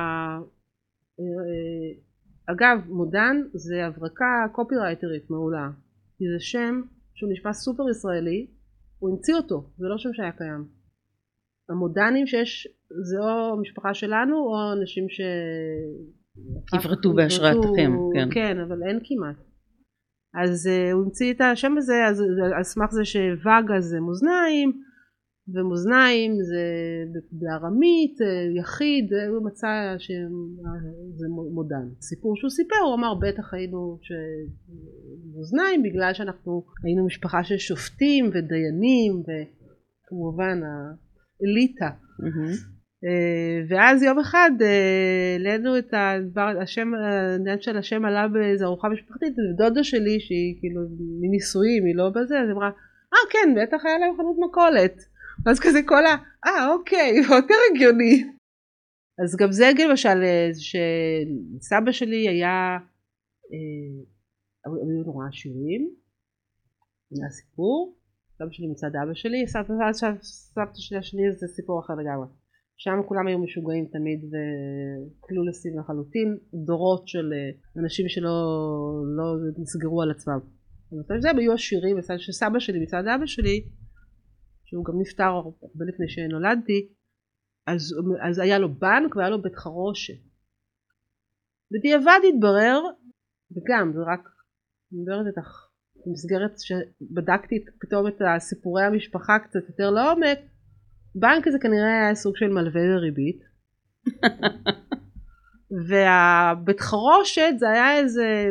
Speaker 2: אגב, מודן זה הברקה קופירייטרית מעולה. כי זה שם שהוא נשמע סופר ישראלי, הוא המציא אותו, זה לא שם שהיה קיים. המודנים שיש, זה או המשפחה שלנו או אנשים ש...
Speaker 1: יפרטו בהשראתכם, כן.
Speaker 2: כן, אבל אין כמעט. אז uh, הוא המציא את השם הזה, אז על סמך זה שווגה זה מאזניים, ומאזניים זה בארמית, יחיד, הוא מצא שזה מודן. סיפור שהוא סיפר, הוא אמר בטח היינו מאזניים בגלל שאנחנו היינו משפחה של שופטים ודיינים וכמובן האליטה. ואז יום אחד לנו את השם, העניין של השם עלה באיזו ארוחה משפחתית, ודודה שלי שהיא כאילו מנישואים, היא לא בזה, אז היא אמרה, אה כן, בטח היה להם חנות מכולת. אז כזה כל ה... אה, אוקיי, יותר הגיוני. אז גם זה למשל, שסבא שלי היה, היו נורא עשירים, היה סיפור, סבא שלי מצד אבא שלי, סבתא שלי השני זה סיפור אחר לגמרי. שם כולם היו משוגעים תמיד וקלולסים לחלוטין, דורות של אנשים שלא לא נסגרו על עצמם. אבל זה הם היו עשירים, שסבא שלי מצד אבא שלי, שהוא גם נפטר הרבה לפני שנולדתי, אז, אז היה לו בנק והיה לו בית חרושת. בדיעבד התברר, וגם זה רק מדברת איתך, במסגרת שבדקתי פתאום את סיפורי המשפחה קצת יותר לעומק, בנק הזה כנראה היה סוג של מלווה לריבית, והבית חרושת זה היה איזה,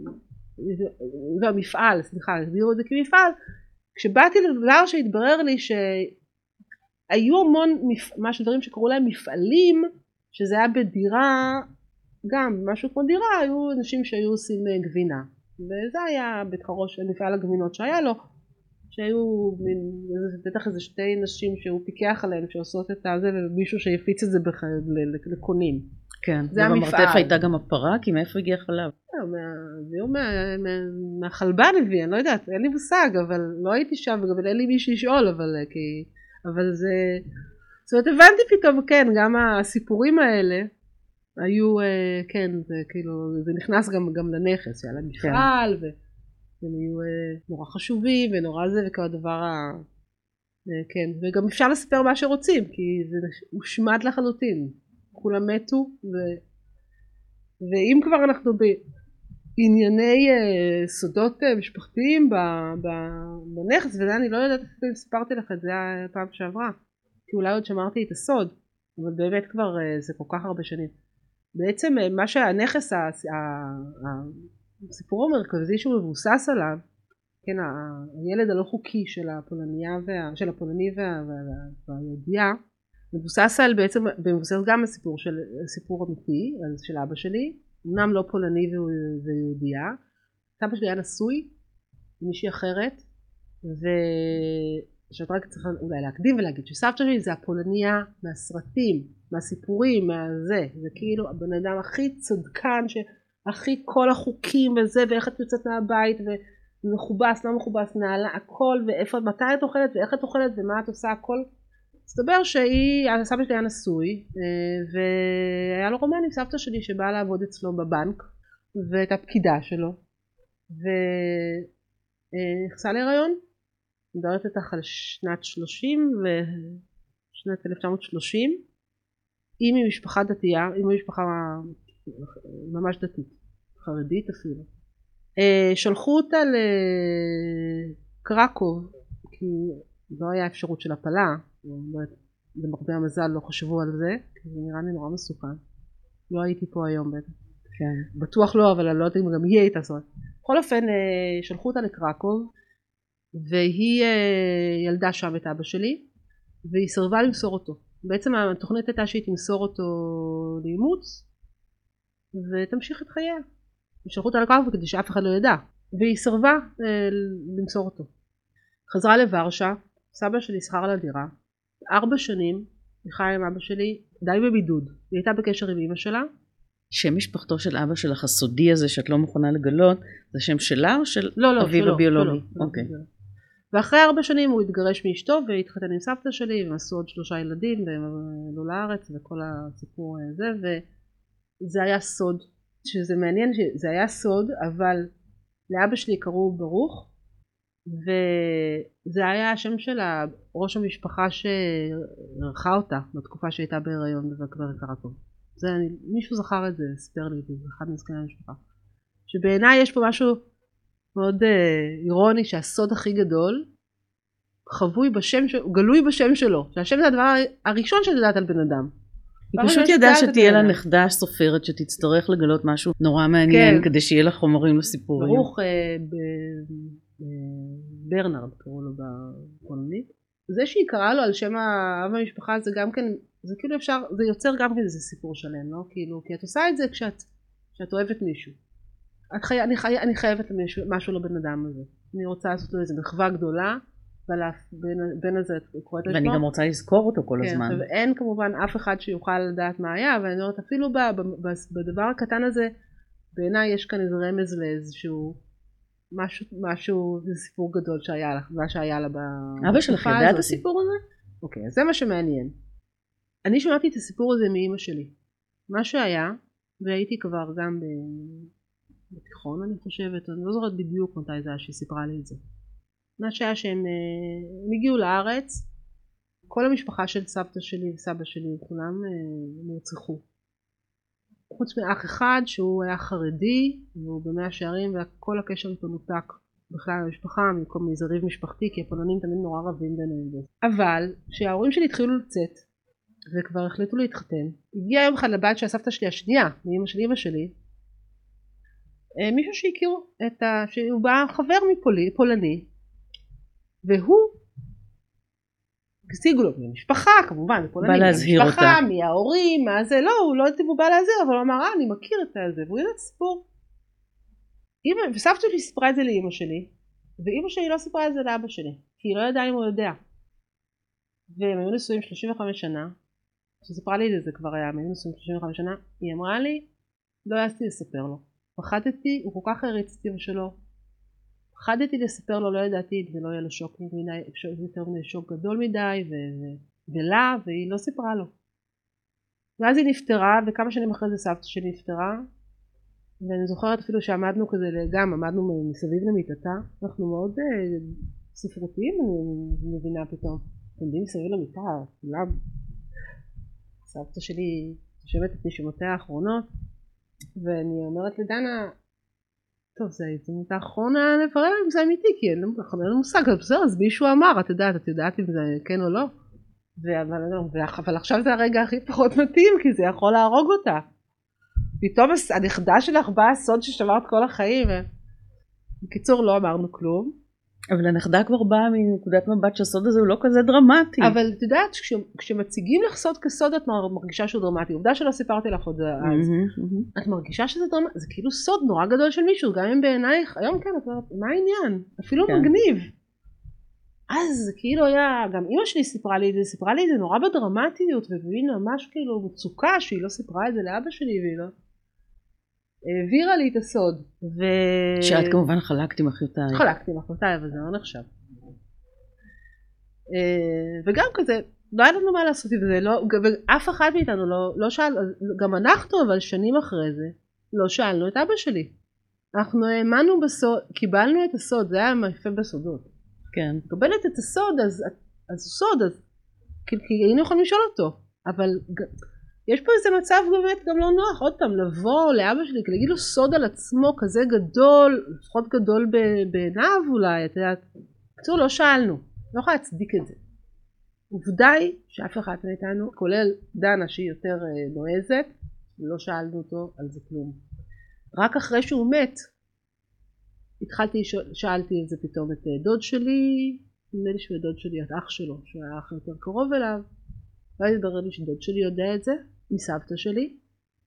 Speaker 2: לא מפעל, סליחה, הסבירו את זה כמפעל, כשבאתי לדבר שהתברר לי שהיו המון מה שדברים שקראו להם מפעלים, שזה היה בדירה, גם משהו כמו דירה, היו אנשים שהיו עושים גבינה, וזה היה בית חרושת, מפעל הגבינות שהיה לו, שהיו בטח איזה שתי נשים שהוא פיקח עליהן שעושות את זה, ומישהו שיפיץ את זה לקונים.
Speaker 1: כן, ובמרתף הייתה גם הפרה, כי מאיפה הגיע חלב?
Speaker 2: הביאו מהחלבן הביא, אני לא יודעת, אין לי מושג, אבל לא הייתי שם, וגם אין לי מישהו לשאול, אבל זה, זאת אומרת, הבנתי פתאום, כן, גם הסיפורים האלה, היו, כן, זה כאילו, זה נכנס גם לנכס, היה להם מפעל, והם היו נורא חשובים, ונורא זה, וכל הדבר, כן, וגם אפשר לספר מה שרוצים, כי זה הושמד לחלוטין. כולם מתו, ו... ואם כבר אנחנו בענייני uh, סודות uh, משפחתיים ב- ב- בנכס, וזה אני לא יודעת אם סיפרתי לך את זה הפעם שעברה, כי אולי עוד שמרתי את הסוד, אבל באמת כבר uh, זה כל כך הרבה שנים. בעצם uh, מה שהנכס, ה- ה- הסיפור המרכזי שהוא מבוסס עליו, כן, ה- הילד הלא חוקי של הפולניה, וה- של הפולני וה- וה- והיהודייה, מבוסס על בעצם, מבוסס גם הסיפור של סיפור אמיתי, של אבא שלי, אמנם לא פולני ויהודייה, סבא שלי היה נשוי, מישהי אחרת, ושאת רק צריכה אולי להקדים ולהגיד שסבתא שלי זה הפולניה מהסרטים, מהסיפורים, מהזה, זה כאילו הבן אדם הכי צדקן, הכי כל החוקים וזה, ואיך את יוצאת מהבית, ומכובס, לא מכובס, נעלה, הכל, ואיפה, מתי את אוכלת, ואיך את אוכלת, ומה את עושה, הכל. מסתבר שהיא, סבא שלי היה נשוי, והיה לו רומן עם סבתא שלי שבאה לעבוד אצלו בבנק, והייתה פקידה שלו, ונכנסה להיריון, מדברת איתך על שנת שלושים, ושנת אלף תשע מאות שלושים, היא ממשפחה דתייה, היא ממשפחה ממש דתית, חרדית אפילו. שלחו אותה לקרקוב, כי לא היה אפשרות של הפלה, למרבה המזל לא חשבו על זה, כי זה נראה לי נורא מסוכן. לא הייתי פה היום בטח.
Speaker 1: כן.
Speaker 2: בטוח לא, אבל אני לא יודעת אם גם היא הייתה זאת. בכל אופן, שלחו אותה לקרקוב, והיא ילדה שם את אבא שלי, והיא סרבה למסור אותו. בעצם התוכנית הייתה שהיא תמסור אותו לאימוץ, ותמשיך את חייה. שלחו אותה לקרב כדי שאף אחד לא ידע, והיא סרבה אה, למסור אותו. חזרה לוורשה, סבא שלי שכר לה דירה, ארבע שנים, היא חיה עם אבא שלי, די בבידוד. היא הייתה בקשר עם אמא שלה.
Speaker 1: שם משפחתו של אבא שלך, הסודי הזה שאת לא מוכנה לגלות, זה שם שלה או של
Speaker 2: לא, לא,
Speaker 1: אביו
Speaker 2: שלא,
Speaker 1: הביולוגי?
Speaker 2: שלא,
Speaker 1: אוקיי.
Speaker 2: שלא. ואחרי ארבע שנים הוא התגרש מאשתו והתחתן עם סבתא שלי, והם עשו עוד שלושה ילדים, והם עלו לארץ וכל הסיפור הזה, וזה היה סוד, שזה מעניין שזה היה סוד, אבל לאבא שלי קראו ברוך, וזה היה השם של ראש המשפחה שערכה אותה בתקופה שהייתה בהיריון וכבר הכרה טוב. זה, מישהו זכר את זה, סיפר לי את זה, אחד מזכני המשפחה. שבעיניי יש פה משהו מאוד אה, אירוני, שהסוד הכי גדול חבוי בשם, הוא גלוי בשם שלו, שהשם זה הדבר הראשון שאת יודעת על בן אדם.
Speaker 1: היא פשוט ידעה שתהיה לה נכדה סופרת שתצטרך לגלות משהו נורא מעניין, כן. כדי שיהיה לה חומרים לסיפורים.
Speaker 2: ברוך אה, ב... ברנרד קראו לו בפולנית. זה שהיא קראה לו על שם האב המשפחה זה גם כן, זה כאילו אפשר, זה יוצר גם כן איזה סיפור שלם, לא? כאילו, כי את עושה את זה כשאת, כשאת אוהבת מישהו. את חי... אני, חי... אני חייבת למישהו, משהו לבן אדם הזה. אני רוצה לעשות לו איזה מחווה גדולה, בין הזה את קוראת לשמו.
Speaker 1: ואני גם רוצה לזכור אותו כל
Speaker 2: כן,
Speaker 1: הזמן.
Speaker 2: ואין כמובן אף אחד שיוכל לדעת מה היה, ואני אומרת אפילו ב... ב... בדבר הקטן הזה, בעיניי יש כאן איזה רמז לאיזשהו משהו, משהו, זה סיפור גדול שהיה לך, מה שהיה לה בתקופה.
Speaker 1: אבא שלך ידע את הסיפור הזה?
Speaker 2: אוקיי, אז זה מה שמעניין. אני שמעתי את הסיפור הזה מאמא שלי. מה שהיה, והייתי כבר גם בתיכון אני חושבת, אני לא זוכרת בדיוק מתי זה היה שהיא סיפרה לי את זה. מה שהיה שהם הם הגיעו לארץ, כל המשפחה של סבתא שלי וסבא שלי, כולם נרצחו. חוץ מאח אחד שהוא היה חרדי, והוא במאה שערים, וכל הקשר איתו נותק בכלל למשפחה, במקום מאיזה ריב משפחתי, כי הפולנים תמיד נורא רבים ביניהם. אבל כשההורים שלי התחילו לצאת, וכבר החליטו להתחתן, הגיע יום אחד לבת של הסבתא שלי השנייה, מאמא של אמא שלי, מישהו שהכירו את ה... שהוא בא חבר מפולני, והוא השיגו לו ממשפחה, כמובן,
Speaker 1: בא להזהיר אותה.
Speaker 2: משפחה, מההורים, מה זה, לא, הוא לא יודעת אם הוא בא להזהיר, אבל הוא אמר, אה, אני מכיר את זה, והוא יודע סיפור. וסבתא שלי סיפרה את זה לאמא שלי, ואמא שלי לא סיפרה את זה לאבא שלי, כי היא לא ידעה אם הוא יודע. והם היו נשואים שלושים וחמש שנה, כשסיפרה לי את זה כבר היה, הם היו נשואים שלושים וחמש שנה, היא אמרה לי, לא יעשתי לספר לו. פחדתי, הוא כל כך הריץ את אמא שלו, פחדתי לספר לו, לא ידעתי אם זה לא יהיה לו שוק מדי, יותר מדי שוק גדול מדי, ולה, והיא לא סיפרה לו. ואז היא נפטרה, וכמה שנים אחרי זה סבתא שלי נפטרה, ואני זוכרת אפילו שעמדנו כזה, גם עמדנו מסביב למיטתה, אנחנו מאוד ספרותיים, אני מבינה פתאום, עומדים מסביב למיטה, כולם. סבתא שלי תושבת את נשימותיה האחרונות, ואני אומרת לדנה, טוב, זה ההזדמנות האחרונה לברר אם זה אמיתי, כי אין לנו מושג, אז מישהו אמר, את יודעת, את יודעת אם זה כן או לא, אבל עכשיו זה הרגע הכי פחות מתאים, כי זה יכול להרוג אותה. פתאום הנכדה שלך באה הסוד ששמרת כל החיים, בקיצור לא אמרנו כלום.
Speaker 1: אבל הנכדה כבר באה מנקודת מבט שהסוד הזה הוא לא כזה דרמטי.
Speaker 2: אבל את יודעת, כשמציגים לך סוד כסוד את מרגישה שהוא דרמטי. עובדה שלא סיפרתי לך עוד אז. את מרגישה שזה דרמטי, זה כאילו סוד נורא גדול של מישהו, גם אם בעינייך, היום כן, את אומרת, מה העניין? אפילו מגניב. אז כאילו היה, גם אמא שלי סיפרה לי את זה, סיפרה לי את זה נורא בדרמטיות, והיא ממש כאילו מצוקה שהיא לא סיפרה את זה לאבא שלי, והיא לא... העבירה לי את הסוד. ו...
Speaker 1: שאת כמובן חלקת עם אחיותיי.
Speaker 2: חלקתי עם אחיותיי, אבל זה לא נחשב. וגם כזה, לא היה לנו מה לעשות עם זה, לא, ואף אחד מאיתנו לא, לא שאל, גם אנחנו, אבל שנים אחרי זה, לא שאלנו את אבא שלי. אנחנו האמנו בסוד, קיבלנו את הסוד, זה היה יפה בסודות.
Speaker 1: כן.
Speaker 2: קבלת את הסוד, אז, אז סוד, אז, כי, כי היינו יכולים לשאול אותו, אבל... יש פה איזה מצב באמת גם לא נוח, עוד פעם, לבוא לאבא שלי, להגיד לו סוד על עצמו כזה גדול, לפחות גדול בעיניו אולי, את יודעת, קצור לא שאלנו, לא יכולה להצדיק את זה. עובדה היא שאף אחד מאיתנו, כולל דנה שהיא יותר נועזת, לא שאלנו אותו על זה כלום. רק אחרי שהוא מת, התחלתי, שאלתי את זה פתאום את דוד שלי, נדמה לי שהוא דוד שלי, את אח שלו, שהוא היה אח יותר קרוב אליו, ואז התברר לי שדוד שלי יודע את זה, מסבתא שלי,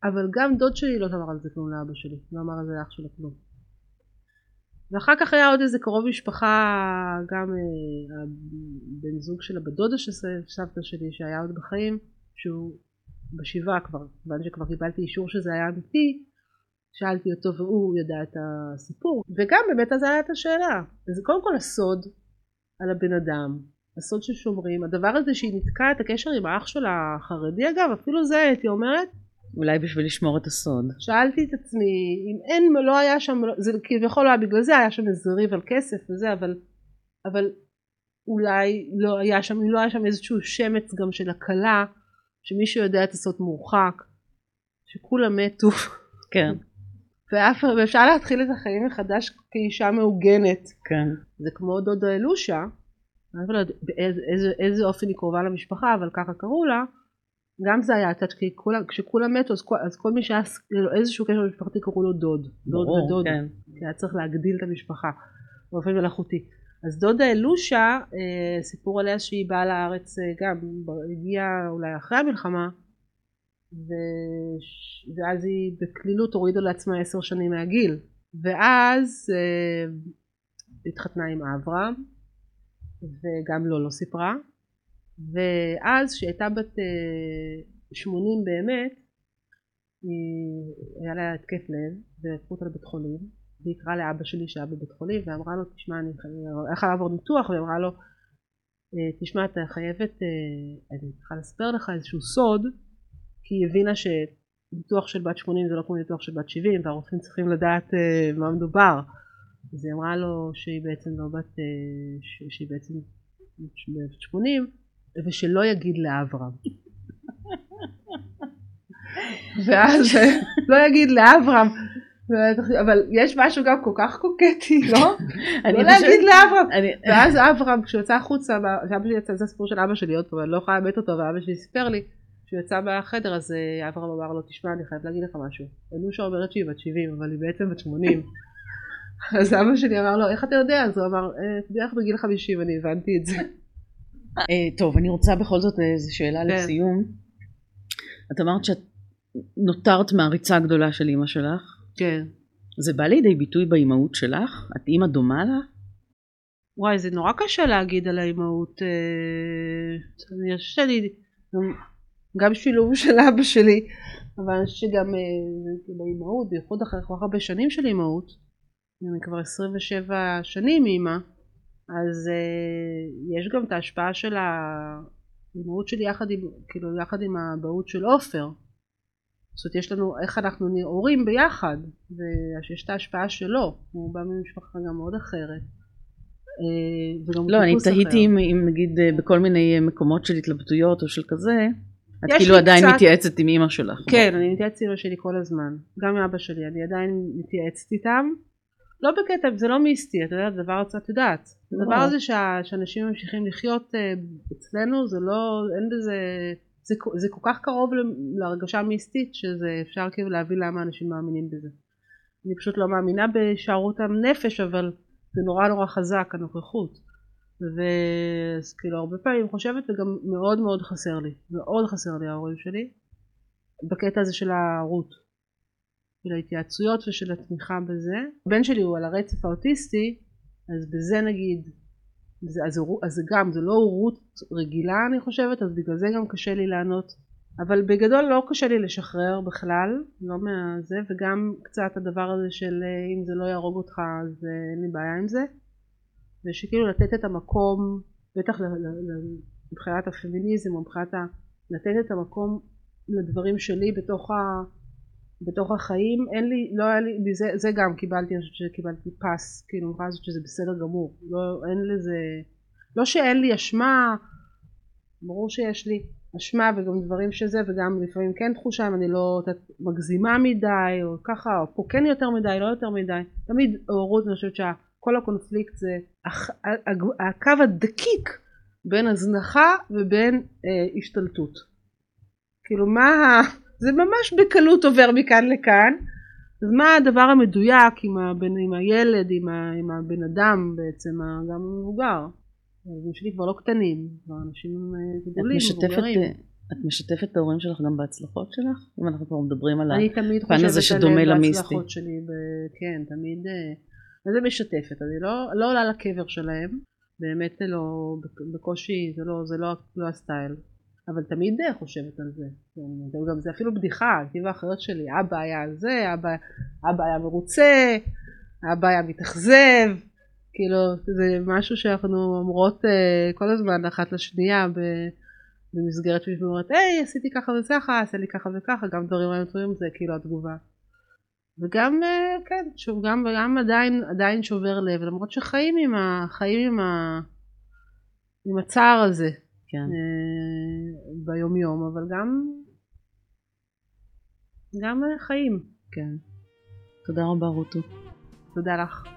Speaker 2: אבל גם דוד שלי לא אמר על זה כלום לאבא שלי, לא אמר על זה לאח שלו כלום. ואחר כך היה עוד איזה קרוב משפחה, גם אה, בן זוג של הבת דודה של סבתא שלי שהיה עוד בחיים, שהוא בשבעה כבר, כיוון שכבר קיבלתי אישור שזה היה אמיתי, שאלתי אותו והוא ידע את הסיפור, וגם באמת אז היה את השאלה. אז קודם כל הסוד על הבן אדם, הסוד ששומרים, הדבר הזה שהיא נתקעה את הקשר עם האח שלה החרדי, אגב, אפילו זה הייתי אומרת,
Speaker 1: אולי בשביל לשמור את הסוד.
Speaker 2: שאלתי את עצמי, אם אין, לא היה שם, זה כביכול היה בגלל זה, היה שם איזה ריב על כסף וזה, אבל, אבל אולי לא היה שם, לא היה שם איזשהו שמץ גם של הקלה, שמישהו יודע את הסוד מורחק, שכולם מתו. כן. ואף, ואפשר להתחיל את החיים מחדש כאישה מעוגנת. כן. זה כמו דודה אלושה, אני לא יודעת באיזה, איזה, איזה אופן היא קרובה למשפחה, אבל ככה קראו לה, גם זה היה, כי כשכולם מתו, אז כל, אז כל מי שהיה איזשהו קשר משפחתי קראו לו דוד. דוד ברור, ודוד. כן. כי היה צריך להגדיל את המשפחה, באופן מלאכותי. אז דודה אלושה, סיפור עליה שהיא באה לארץ גם, הגיעה אולי אחרי המלחמה, ו... ואז היא בכלילות הורידה לעצמה עשר שנים מהגיל. ואז אה, התחתנה עם אברהם, וגם לא לא סיפרה. ואז שהייתה בת אה, שמונים באמת, היא... היה לה התקף לב, והפכו אותה לבית חולים, והיא קראה לאבא שלי שהיה בבית חולים, ואמרה לו, תשמע, אני איך לעבור ניתוח, ואמרה לו, תשמע, אתה חייבת, אני צריכה לספר לך איזשהו סוד, כי היא הבינה שניתוח של בת שמונים זה לא כמו ניתוח של בת שבעים, והרופאים צריכים לדעת uh, מה מדובר. אז היא אמרה לו שהיא בעצם לא בת, uh, שהיא בעצם בת שמונים, ושלא יגיד לאברהם. ואז לא יגיד לאברהם, אבל יש משהו גם כל כך קוקטי, לא? לא להגיד לאברהם. ואז אברהם, כשהוא יצא החוצה, זה הסיפור של אבא שלי עוד פעם, אני לא יכולה לאמת אותו, ואבא שלי סיפר לי, כשהוא יצא מהחדר, אז אברהם אמר לו, תשמע, אני חייב להגיד לך משהו. אלושה אומרת שהיא בת שבעים, אבל היא בעצם בת שמונים. אז אבא שלי אמר לו, איך אתה יודע? אז הוא אמר, בערך בגיל חמישים, אני הבנתי את זה.
Speaker 1: טוב, אני רוצה בכל זאת איזו שאלה לסיום. את אמרת שאת נותרת מהריצה הגדולה של אמא שלך.
Speaker 2: כן.
Speaker 1: זה בא לידי ביטוי באימהות שלך? את אימא דומה לה?
Speaker 2: וואי, זה נורא קשה להגיד על האימהות. אני חושבת שאני, גם שילוב של אבא שלי, אבל אני חושבת שגם באימהות, בייחוד אחרי כל כך הרבה שנים של אימהות, אני כבר עשרים ושבע שנים אימא, אז יש גם את ההשפעה של האימהות שלי יחד עם, כאילו יחד עם האבהות של עופר. זאת אומרת, יש לנו איך אנחנו נראים ביחד, ויש את ההשפעה שלו, הוא בא ממשפחה גם מאוד אחרת.
Speaker 1: לא, אני תהיתי אם נגיד בכל מיני מקומות של התלבטויות או של כזה, את כאילו עדיין מתייעצת עם אמא שלך.
Speaker 2: כן, אני מתייעצת עם אמא שלי כל הזמן, גם עם אבא שלי, אני עדיין מתייעצת איתם. לא בקטע, זה לא מיסטי, אתה יודע, זה דבר את יודעת. הדבר הזה שאנשים ממשיכים לחיות אצלנו, זה לא, אין בזה... זה, זה כל כך קרוב להרגשה מיסטית שזה אפשר כאילו להבין למה אנשים מאמינים בזה. אני פשוט לא מאמינה בשערות הנפש, אבל זה נורא נורא חזק הנוכחות. ואז כאילו הרבה פעמים חושבת, וגם מאוד מאוד חסר לי, מאוד חסר לי ההורים שלי, בקטע הזה של הערות, של ההתייעצויות ושל התמיכה בזה. הבן שלי הוא על הרצף האוטיסטי, אז בזה נגיד, אז, אז, אז גם זה לא הורות רגילה אני חושבת, אז בגלל זה גם קשה לי לענות, אבל בגדול לא קשה לי לשחרר בכלל, לא מהזה, וגם קצת הדבר הזה של אם זה לא יהרוג אותך אז אין לי בעיה עם זה, ושכאילו לתת את המקום, בטח מבחינת הפמיניזם או מבחינת לתת את המקום לדברים שלי בתוך, ה, בתוך החיים, אין לי, לא היה לי, זה, זה גם קיבלתי, אני חושבת שקיבלתי פס, כאילו אני חושבת שזה בסדר גמור, לא, אין לזה, לא שאין לי אשמה, ברור שיש לי אשמה וגם דברים שזה, וגם לפעמים כן תחושה אם אני לא מגזימה מדי, או ככה, או פה כן יותר מדי, לא יותר מדי, תמיד הורות, אני חושבת שכל הקונפליקט זה הקו הדקיק בין הזנחה ובין אה, השתלטות. כאילו מה, זה ממש בקלות עובר מכאן לכאן, אז מה הדבר המדויק עם, הבן, עם הילד, עם, ה, עם הבן אדם בעצם, גם המבוגר? הם שלי כבר לא קטנים, כבר אנשים גדולים,
Speaker 1: מבוגרים. את משתפת את ההורים שלך גם בהצלחות שלך? אם אנחנו כבר מדברים על
Speaker 2: אני תמיד
Speaker 1: הפן הזה
Speaker 2: חושבת
Speaker 1: שדומה
Speaker 2: עליהם
Speaker 1: למיסטי.
Speaker 2: בהצלחות שלי, ב- כן, תמיד, אה, אז זה משתפת, אני לא, לא עולה לקבר שלהם, באמת זה לא, בקושי, זה לא, זה לא, לא הסטייל, אבל תמיד אה, חושבת על זה, כן, זה גם זה אפילו בדיחה, טבע האחריות שלי, אבא היה על זה, אבא, אבא היה מרוצה, אבא היה מתאכזב, כאילו זה משהו שאנחנו אומרות אה, כל הזמן אחת לשנייה ב... במסגרת שמישהו אומרת, היי, עשיתי ככה וככה, עשה לי ככה וככה, גם דברים רעים טובים, זה כאילו התגובה. וגם, כן, שוב, גם, גם עדיין, עדיין שובר לב, למרות שחיים עם ה, חיים עם ה, עם הצער הזה,
Speaker 1: כן.
Speaker 2: ביום יום, אבל גם, גם חיים.
Speaker 1: כן. תודה רבה, רותו.
Speaker 2: תודה לך.